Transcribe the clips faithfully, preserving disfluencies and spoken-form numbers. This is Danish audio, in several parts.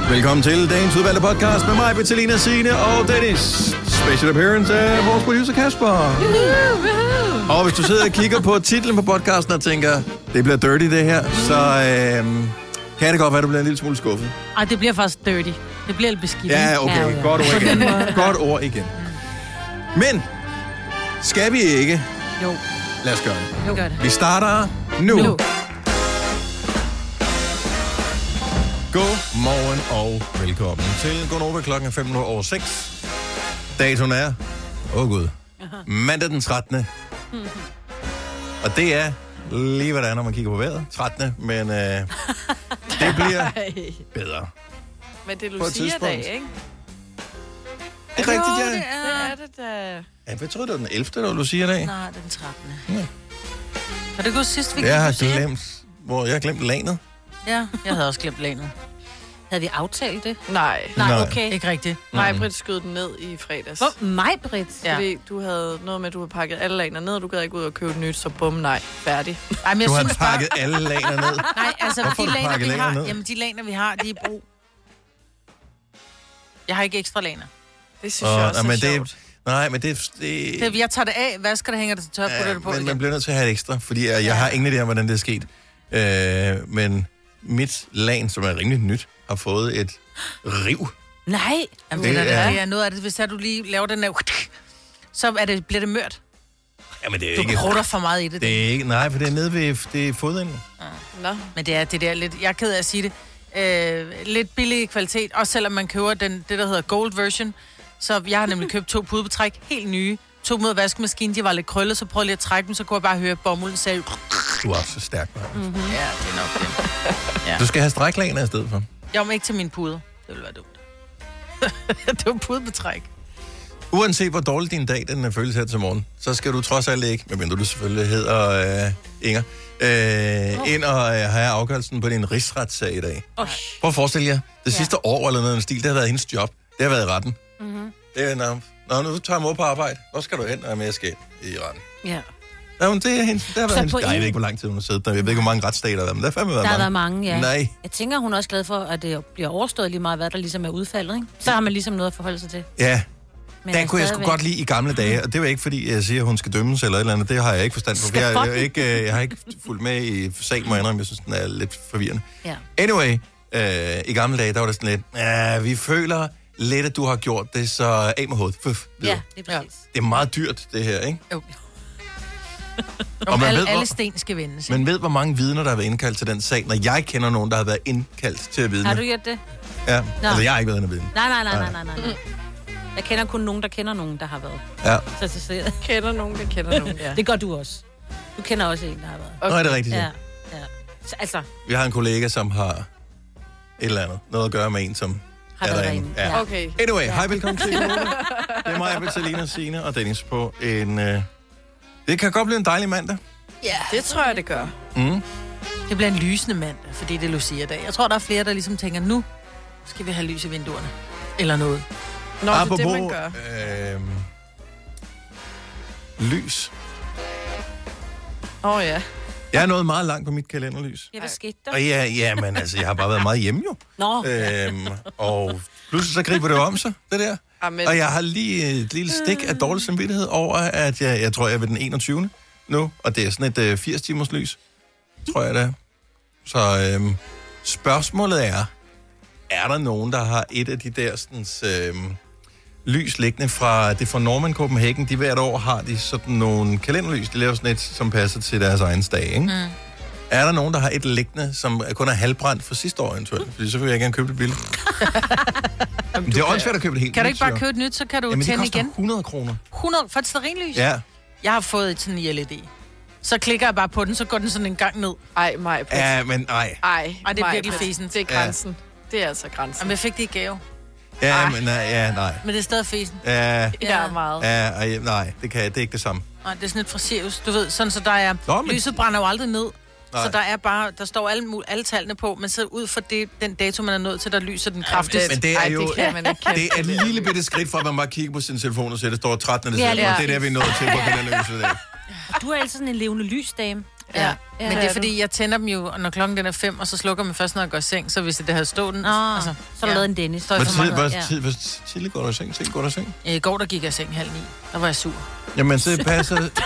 Velkommen til dagens udvalgte podcast med mig, Bettelina, Signe og Dennis. Special appearance af vores producer Kasper. Og hvis du sidder og kigger på titlen på podcasten og tænker, det bliver dirty det her, så øhm, kan det godt være, at du bliver en lille smule skuffet. Ej, det bliver faktisk dirty. Det bliver lidt beskidt. Ja, okay. Ja, ja. Godt ord igen. Godt ord igen. Men, skal vi ikke? Jo. Lad os gøre det. Jo. Gør det. Vi starter nu. nu. God morgen og velkommen til Gonova. Klokken er fem minutter over seks. Datoen er, åh oh gud, mandag den trettende Og det er lige hvad det er, når man kigger på vejret. trettende men øh, det bliver bedre. Men det er Lucia-dag, ikke? Det er rigtigt, ja. Det er det da. Ja, jeg troede, det var den ellevte der var Lucia-dag. Nej, den trettende Ja. Kan det gå sidst, vi Jeg har Lucia? glemt, hvor jeg har glemt lanet. Ja, jeg havde også glemt lanet. Havde vi aftalt det? Nej. Nej, Nej. okay. Ikke rigtigt. Nej, Britt skød den ned i fredags. Hvor? Mig, Britt? Ja. Fordi du havde noget med, at du havde pakket alle laner ned, og du gad ikke ud og købe et nyt, så bum, nej, færdig. Ej, men jeg Du har synes pakket bare... alle laner ned. Nej, altså, Hvorfor de har du laner, pakket vi laner har... ned? Jamen, de laner, vi har, de er i brug. Jeg har ikke ekstra laner. Det synes Åh, jeg også nej, er men det- sjovt. Nej, men det... det... Det, jeg tager det af, vasker det, hænger det til tør, putter det på men igen. man bliver nødt til at have et ekstra, fordi jeg, jeg har ingen idé om, hvordan det er sket. Øh, men mit lan, som er rimelig nyt, har fået et riv. Nej, Jamen, Det det, er, er- det er noget af det. Hvis der, du lige laver den der... Så er det, bliver det mørt. Jamen, det er Du ikke... prutter for meget i det. Det er ikke... Nej, for det er nede ved det er fodenden. Nå. Men det er det der lidt... Jeg er ked af at sige det. Øh, lidt billig kvalitet. Også selvom man køber den, det, der hedder gold version. Så jeg har nemlig købt to pudebetræk. Helt nye. To mod vaskemaskinen. De var lidt krøllet, så prøvede jeg at trække dem. Så kunne jeg bare høre, at bomulden sagde... Du er også så stærk, man. Mm-hmm. Ja, det er nok det. Ja. Du skal have stræklaner i stedet for. Jeg må ikke til mine puder. Det ville være dumt. Det var pudebetræk. Uanset hvor dårlig din dag den føles her til morgen, så skal du trods alt ikke, medmindre du selvfølgelig hedder øh, Inger, øh, oh. ind og øh, have afgørelsen på din rigsretssag i dag. Oh. Prøv at forestille jer, det Ja. sidste år eller noget af stil, det har været hendes job. Det har været i retten. Mm-hmm. Det er, når, når nu tager mor på arbejde, hvor skal du hen, og med jeg skal i retten? Ja. Ja, men det, er hendes, det har været Så hendes... på Nej, jeg en- ved ikke, hvor lang tid hun har siddet der. Jeg ved ikke, hvor mange retsstater der er, men der har fandme været Der har været mange. mange, ja. Nej. Jeg tænker, hun er også glad for, at det bliver overstået lige meget, hvad der ligesom er udfaldet, ikke? Så har man ligesom noget at forholde sig til. Ja, Men der er kunne jeg sgu stadigvæk- godt lide i gamle dage, og det var ikke, fordi jeg siger, at hun skal dømmes eller et eller andet. Det har jeg ikke forstand på. for Skal Jeg, jeg, jeg, fucking- ikke, øh, jeg har ikke fulgt med i sagen, må jeg indrømme. Jeg synes, den er lidt forvirrende. Ja. Anyway, øh, i gamle dage, der var det sådan lidt, ja, vi føler lidt, at du har gjort det, så af med hovedet. Føf, Ja, det er præcis. Det er meget dyrt, det her, ikke? Jo. Og Om man alle, ved, hvor- alle sten skal vendes. Man ved, hvor mange vidner, der har været indkaldt til den sag, når jeg kender nogen, der har været indkaldt til at vidne. Har du gjort det? Ja, Nå. altså jeg har ikke været inde at vidne. Nej, nej, nej, nej, nej, nej. nej. Jeg kender kun nogen, der kender nogen, der har været. Ja. Så, så, så, Kender nogen, der kender nogen, ja. det gør du også. Du kender også en, der har været. Okay. Nå, er det rigtigt? Ja, Ja. ja. Så, altså, Vi har en kollega, som har et eller andet. Noget at gøre med en, som har er været derinde. derinde. Ja. Okay. Anyway, hej, velkommen til Gonova. Det er mig, Bettelina, Signe og Dennis på en... Øh... Det kan godt blive en dejlig mandag. Ja, det tror jeg, det gør. Mm. Det bliver en lysende mandag, fordi det er Lucia-dag. Jeg tror, der er flere, der ligesom tænker, nu skal vi have lys i vinduerne. Eller noget. Nå, det er Apropos, det, man gør. Øh... lys. Åh oh, ja. Jeg er nået meget langt på mit kalenderlys. ja, hvad skete der? Og ja, ja, men altså, jeg har bare været meget hjemme jo. Nå, Øhm, og pludselig så griber det jo om sig, det der. Amen. Og jeg har lige et lille stik af dårlig samvittighed over, at jeg, jeg tror, jeg er ved den enogtyvende nu. Og det er sådan et øh, firs timers lys, tror jeg det er. Så øhm, spørgsmålet er, er der nogen, der har et af de der sådan, øhm, lys liggende fra, det er fra Norman Copenhagen. De hvert år har de sådan nogle kalenderlys. De laver sådan et, som passer til deres egen dag, ikke? Mm. Er der nogen, der har et liggende, som kun er halvbrændt fra sidste år eventuelt? Fordi så vil jeg gerne købe det billigt. Men det er også svært at købe det helt Kan du nyt, ikke bare jo. købe et nyt, så kan du Jamen, det tænde koster igen? hundrede kroner. hundrede for et stearinlys? Ja. Jeg har fået et sådan i L E D. Så klikker jeg bare på den, så går den sådan en gang ned. Ej, mig. Ja, men nej. Ej, Ej, det er Maj, virkelig Britt. fesen. Det er grænsen. Ja. Det er altså grænsen. Jamen, jeg fik det i gave. Ja, men nej, ja, nej. Men det er stadig fesen. Ja, Det er meget. ja, ej, nej, det, kan, det er ikke det samme. Nej, det er sådan et fra Sirius, du ved. Sådan, så der er... Nå, men- Lyset brænder jo aldrig ned. Nej. Så der er bare... Der står alle, mul- alle tallene på, men så ud fra det, den dato, man er nået til, der lyser den kraftigst. Men det er Ej, jo... det kan man ikke kende. Det er et lille bitte skridt for, at man bare kigger på sin telefon og ser, det står trettende Ja, december. ja. Det er der, vi er nået til på kalenderlyset i dag. du er altså sådan en levende lysdame. Ja. Ja, Men det det er er fordi, jeg tænder dem jo, når klokken den er fem, og så slukker man først, når jeg går i seng. Så hvis det havde stået den... Nå, altså, så er der lavet en Dennis. Så er Hvor jeg for tid, mange. hvor ja. tid, hvor tidligt går du i seng? Sent går du i seng? I går, der gik jeg i seng halv ni. Der var jeg sur. Jamen, så passer det.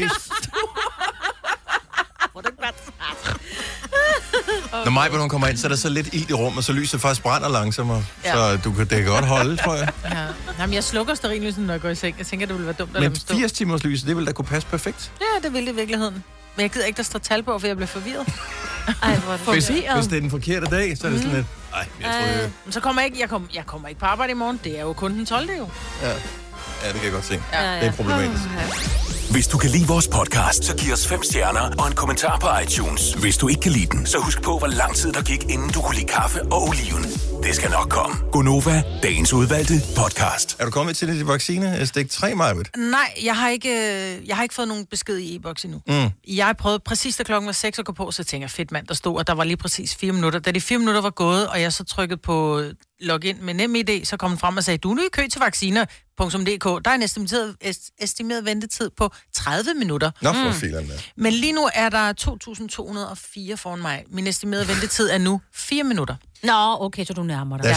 Når Majbert, hun kommer ind, så er der så lidt ild i rummet, så lyset faktisk brænder langsommere. Ja. Så du kan, det kan godt holde, tror jeg. Ja. Jamen, jeg slukker stearinlyset, når jeg går i seng. Jeg tænker, det ville være dumt at lade Men dem stå. firs timers lys, det ville da kunne passe perfekt. Ja, det ville det i virkeligheden. Men jeg gider ikke, der står tal på, for jeg bliver forvirret. Ej, hvor er det Hvis, forvirret. hvis det er den forkerte dag, så er det sådan lidt... Nej, jeg tror, jeg... Men så kommer jeg ikke, jeg, kom, jeg kommer ikke på arbejde i morgen. Det er jo kun den tolvte jo. Ja. ja, det kan jeg godt se. Ja, ja. Det er problematisk. Hvis du kan lide vores podcast, så giv os fem stjerner og en kommentar på iTunes. Hvis du ikke kan lide den, så husk på, hvor lang tid der gik, inden du kunne lide kaffe og oliven. Det skal nok komme. Gonova, dagens udvalgte podcast. Er du kommet til det vaccine? Stik tre, Majbert? Nej, jeg har ikke, øh, jeg har ikke fået nogen besked i e-boks endnu. Mm. Jeg prøvede præcis, da klokken var seks at gå på, så tænkte jeg, fedt mand, der stod, og der var lige præcis fire minutter. Da de fire minutter var gået, og jeg så trykkede på login med NemID, så kom den frem og sagde, du er nu i kø til vacciner punktum d k. Der er en estimeret, estimeret ventetid på tredive minutter. Nå, for mm. filen der. Men lige nu er der to tusind to hundrede og fire foran mig. Min estimerede ventetid er nu fire minutter. Nå, okay, så du nærmer dig. Der Jeg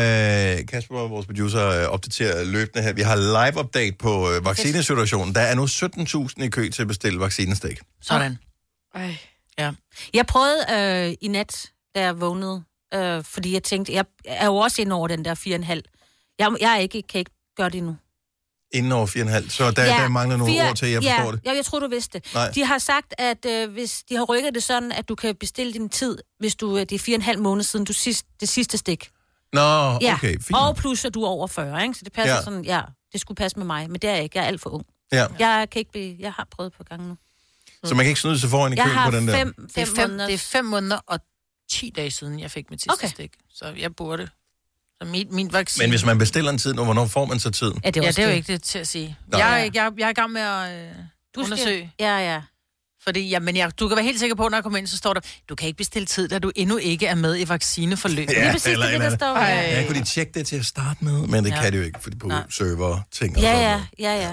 er står, øh, Kasper, vores producer, øh, opdaterer løbende her. Vi har live-update på øh, vaccinesituationen. Der er nu sytten tusind i kø til at bestille vaccinestik. Sådan. Ej. Ja. Jeg prøvede øh, i nat, da jeg vågnede, øh, fordi jeg tænkte, jeg er jo også inde over den der fire og en halv. Jeg, jeg er ikke, kan ikke gøre det endnu. Inden over fire komma fem. Så der, ja, der mangler nogle fire, ord til, at jeg ja, forstår det. Ja, jeg tror, du vidste det. Nej. De har sagt, at øh, hvis de har rykket det sådan, at du kan bestille din tid, hvis du, det er fire og en halv måned siden, du sidst, det sidste stik. Nå, Ja. okay, fint. Og plus, at du er over fyrre, ikke? Så det passer Ja. ja. sådan, ja, det skulle passe med mig, men det er jeg ikke. Jeg er alt for ung. Ja. Jeg kan ikke blive, jeg har prøvet på gange nu. Så man kan ikke snyde sig foran i Jeg køen har på den der? fem, Det fem, er, fem, måneder. det er fem måneder og ti dage siden, jeg fik mit sidste Okay. stik. Så jeg burde. Så min, min vaccine... Men hvis man bestiller en tid nu, hvornår får man så tiden? Ja, det er, Ja, også det er jo ikke det til at sige. Nå. Jeg er, ikke, jeg, jeg er i gang med at øh, Du skal- undersøge. Ja, ja. Fordi, ja, men jeg, du kan være helt sikker på, når jeg kommer ind, så står der, du kan ikke bestille tid, da du endnu ikke er med i vaccineforløb. Ja, Lige præcis eller det, et der eller står. Ej. Ja, Ja, kunne de tjekke det til at starte med, men det Ja. kan de jo ikke, fordi på Nej. server ting og ja, sådan ja, noget. ja, ja.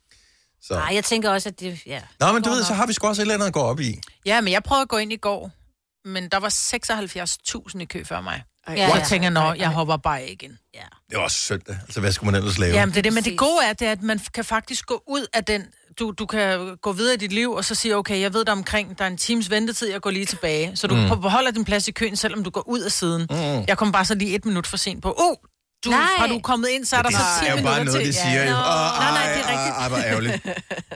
Så. Nej, jeg tænker også, at det, ja. Nå, men du Går ved, så nok. har vi sgu også et eller andet at gå op i. Ja, men jeg prøvede at gå ind i går, men der var seksoghalvfjerds tusind i kø før mig. Ej. Ja, Så ja. jeg tænker, nå, jeg hopper bare igen. ja. Det var også søndag. Altså, hvad skulle man ellers lave? Jamen, det er det, men det Præcis. gode er, det er, at man kan faktisk gå ud af den... Du, du kan gå videre i dit liv, og så sige, okay, jeg ved der omkring, der er en times ventetid, jeg går lige tilbage. Så du mm. beholder din plads i køen, selvom du går ud af siden. Mm. Jeg kom bare så lige et minut for sent på. Oh, du, Nej. har du kommet ind, så er der det så ti er jo minutter bare noget, til. de siger jo. Nå. Åh, Nej, nej, ej, det er rigtigt. ej, ej, hvor ærgerligt.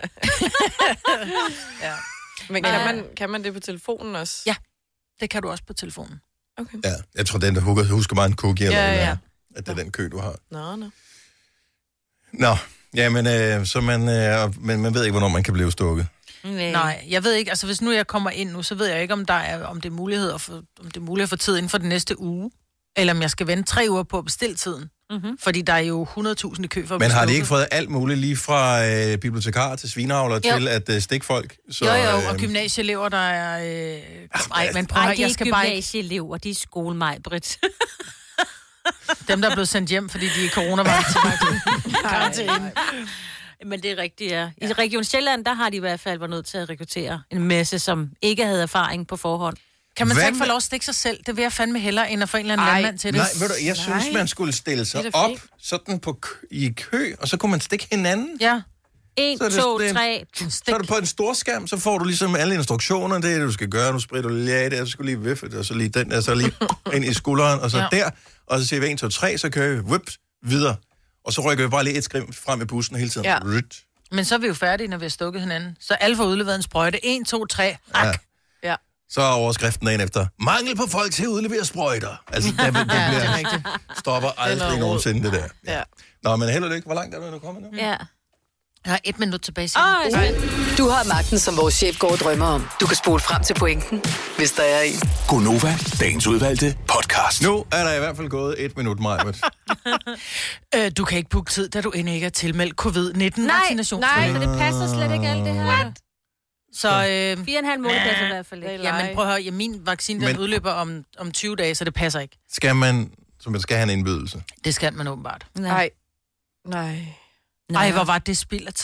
Ja. Men kan man, kan man det på telefonen også? Ja. Det kan du også på telefonen. Okay. Ja, jeg tror, den der husker, husker bare en cookie, eller Ja, ja, ja. at det er den kø, du har. Nå, nå. Nå, ja, men, øh, så man, øh, men man ved ikke, hvornår man kan blive stukket. Nej. Nej, jeg ved ikke, altså hvis nu jeg kommer ind nu, så ved jeg ikke, om der er, om det er mulighed at få, om det er muligt at få tid inden for den næste uge, eller om jeg skal vente tre uger på at bestille tiden. Mm-hmm. Fordi der er jo hundrede tusind i kø for at Men har de bestille. ikke fået alt muligt, lige fra øh, bibliotekarer til svineavler til at øh, stikke folk? Så, Jo, jo, og øh, gymnasieelever, der er... Øh... Ej, men prøv Ej, at de høre, er jeg skal bare ikke... gymnasieelever, de er skolemaj, Britt. Dem, der er blevet sendt hjem, fordi de er coronavirus til karantæne. Men det er rigtigt, ja. I Region Sjælland, der har de i hvert fald været nødt til at rekruttere en masse, som ikke havde erfaring på forhånd. Kan man så Hvad ikke få med- lov at stikke sig selv? Det vil jeg fandme hellere, end at få en eller anden Ej, landmand til det. Nej, ved du, jeg synes, Nej. man skulle stille sig Det er da op fint. sådan på kø, i kø, og så kunne man stikke hinanden. Ja, En, Så er det to, sådan- tre. Så er du på en stor skærm, så får du ligesom alle instruktioner. Det er det, du skal gøre. Nu spritter du lige af det, og så skal du lige viffe det, og så lige den der, så lige ind i skulderen, og så Ja. der. Og så siger vi en, to, tre, så kører vi whips, videre. Og så rykker vi bare lige et skridt frem i bussen hele tiden. Ja. Ryt. men så er vi jo færdige, når vi har stukket hinanden. Så alle får udleveret en sprøjte. En, to, tre. Ak. Ja. Ja. Så er overskriften dagen efter. Mangel på folk til at udlevere sprøjter. Altså, det, det Ja, det er bliver, rigtigt. stopper aldrig noget nogensinde, det der. Ja. Nå, men held og lykke. Hvor langt er du, nu kommet nu? Ja. Jeg har et minut tilbage. Åh, Oh, jeg Du har magten, som vores chef går og drømmer om. Du kan spole frem til pointen, hvis der er en. Gonova, dagens udvalgte podcast. Nu er der i hvert fald gået et minut, Majbert. øh, du kan ikke booke tid, da du endnu ikke er tilmeldt covid nitten Nej, vaccination. nej, så det passer slet ikke alt det her. What? Så, øh, Fire og en halv måned passer i hvert fald ikke. ja, men prøv at høre, ja, min vaccine, den Men- udløber om, om tyve dage, så det passer ikke. Skal man, så man skal have en indbydelse. Det skal man åbenbart. Nej. Nej. Nej. Nej, hvor var det spild af tid.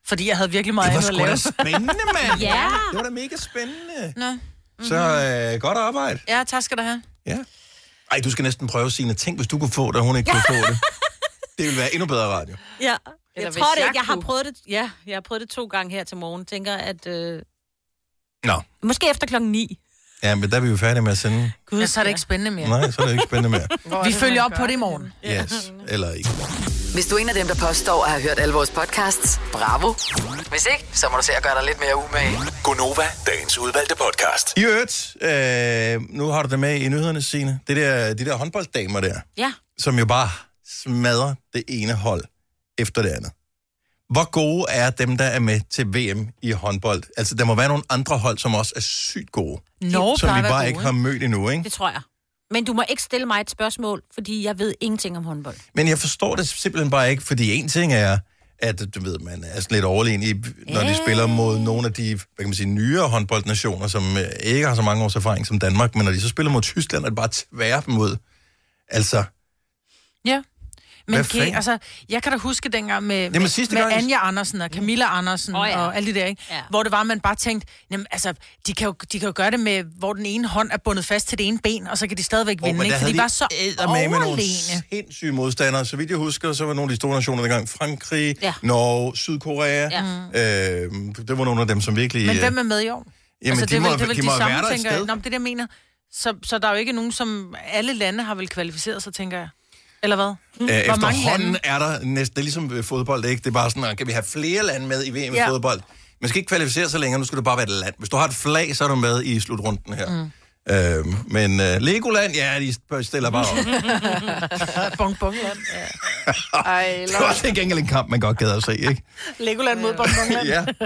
Fordi jeg havde virkelig meget Det var andet at sgu da lave. spændende, mand. Ja. Det var da mega spændende. Nå. Mm-hmm. Så øh, godt arbejde. Ja, tak skal du have. Ja. Ej, du skal næsten prøve, Signe. Tænk, hvis du kunne få det, og hun ikke kunne få det. Det ville være endnu bedre radio. Ja. Jeg Eller tror hvis det jeg ikke. Jeg har kunne. prøvet det. Ja, jeg har prøvet det to gange her til morgen. Tænker, at... Øh, Nå. måske efter klokken ni. Ja, men der er vi jo færdige med at sende. Gud, ja, så er det ikke spændende mere. Nej, så er det ikke spændende mere. Vi følger op på det i morgen. Yes, eller ikke. Hvis du er en af dem, der påstår at have hørt alle vores podcasts, bravo. Hvis ikke, så må du se at gøre dig lidt mere umage. Gonova, dagens udvalgte podcast. I øvrigt, øh, nu har du det med i nyhederne, Signe. Det der, de der håndbolddamer der, Ja. som jo bare smadrer det ene hold efter det andet. Hvor gode er dem, der er med til V M i håndbold? Altså, der må være nogle andre hold, som også er sygt gode. Norge som plejer vi at være bare gode, ikke har mødt endnu, ikke? Det tror jeg. Men du må ikke stille mig et spørgsmål, fordi jeg ved ingenting om håndbold. Men jeg forstår det simpelthen bare ikke, fordi en ting er, at du ved, man er sådan lidt overlegen i, når de Ja. spiller mod nogle af de, hvad kan man sige, nyere håndboldnationer, som øh, ikke har så mange års erfaring som Danmark, men når de så spiller mod Tyskland, er det bare tvære dem ud. Altså, Ja. Men Hvad G, fanden? altså, jeg kan da huske dengang med, Jamen, med, sidste med gang- Anja Andersen og Camilla Andersen Åh, oh, ja. ja. og alle de der, ikke? Ja. Hvor det var, man bare tænkte, jamen, altså, de kan, jo, de kan jo gøre det med, hvor den ene hånd er bundet fast til det ene ben, og så kan de stadigvæk oh, vinde, men ikke? der For havde de var så med nogle overlegne. sindssyge modstandere. Så vidt jeg husker, så var nogle af de store nationer dengang Frankrig, Ja. Norge, Sydkorea. Ja. Øh, det var nogle af dem, som virkelig... Men øh, hvem er med i år? Jamen, altså, de det er må- vel, det er vel de de, må de være samme, der et tænker sted. jeg. Nå, men det er det, jeg mener. Så, så der er jo ikke nogen, som... Alle lande har vel kvalificeret sig, tænker jeg. Eller hvad? Øh, Hvor mange efterhånden lande? er der næsten, det er ligesom øh, fodbold, ikke? Det er bare sådan, at kan vi have flere lande med i V M i Ja. fodbold? Man skal ikke kvalificere sig længere, nu skal det bare være et land. Hvis du har et flag, så er du med i slutrunden her. Mm. Øh, men øh, Legoland, ja, de stiller bare op. Bong Bong Land. Ej, Det var til gengæld en kamp, man godt gad at se, ikke? Legoland mod Bong Bong Land. Ja.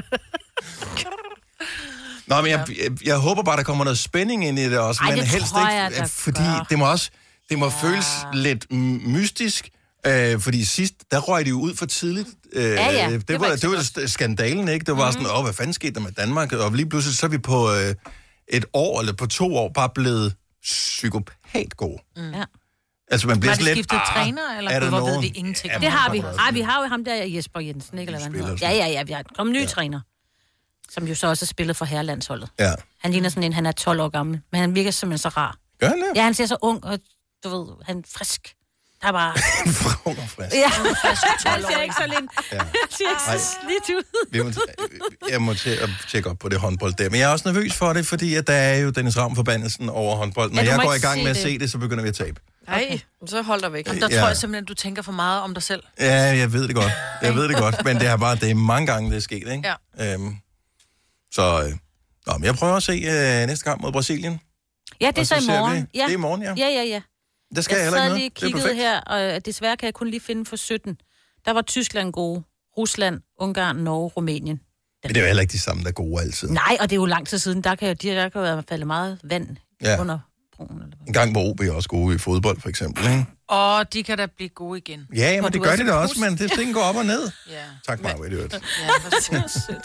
Nå, men jeg, jeg, jeg håber bare, der kommer noget spænding ind i det også, Ej, men det helst tror ikke, jeg, der fordi gør. det må også det må ja. føles lidt mm, mystisk, øh, fordi sidst, der røg de jo ud for tidligt. Øh, Ja, ja, det, det var, var det var, det var skandalen, ikke? Det var mm. sådan, åh, hvad fanden skete der med Danmark? Og lige pludselig, så er vi på øh, et år, eller på to år, bare blevet psykopat gode. Mm. Ja. Altså, man bliver Har sådan de lidt, skiftet ah, træner, eller er der hvor ved nogen? vi ingenting om Det har vi. Jamen, Ej, vi har jo ham der, Jesper Jensen, ikke? Eller hvad han spiller hedder. Ja, ja, ja. Vi har kommet ny ja. træner, som jo så også har spillet for herrelandsholdet. Ja. Han ligner sådan en, han er tolv år gammel, men han virker simpelthen så rar. Gør han det? Ja, han ser så ung, og du ved, han er frisk. Der er bare... Frog og frisk. Ja, han ser ikke så lidt... Ja. Han ser Ej. ikke så slidt ud. Vi må, jeg må til at tjekke op på det håndbold der. Men jeg er også nervøs for det, fordi at der er jo Dennis Ram-forbandelsen over håndbold. Når Ja, du jeg må går i ikke gang se med at det. se det, så begynder vi at tabe. Ej, så hold dig væk. Der Ja. tror jeg simpelthen, at du tænker for meget om dig selv. Ja, jeg ved det godt. Jeg ved det godt. Men det er bare, det er mange gange, det er sket, ikke? Ja. Øhm, så øh, nå, men jeg prøver at se øh, næste kamp mod Brasilien. Ja, det er Og så, så i ser morgen. vi- Ja. det er i morgen, ja. Ja, ja, ja. Der skal jeg, Jeg heller sad ikke lige noget. Det er kigget perfekt. her, og desværre kan jeg kun lige finde for sytten. Der var Tyskland gode, Rusland, Ungarn, Norge, Rumænien. Men det er jo heller ikke de samme, der er gode altid. Nej, og det er jo lang tid siden. Der kan jo der kan jo være faldet meget vand Ja. ja. under broen. Eller hvad. En gang var O B også gode i fodbold, for eksempel, ikke? Og de kan da blive gode igen. Ja, men Og det du gør er de så da også, pus. men det ting går op og ned. Ja. Tak, Maja, det Ja, hvor sødt.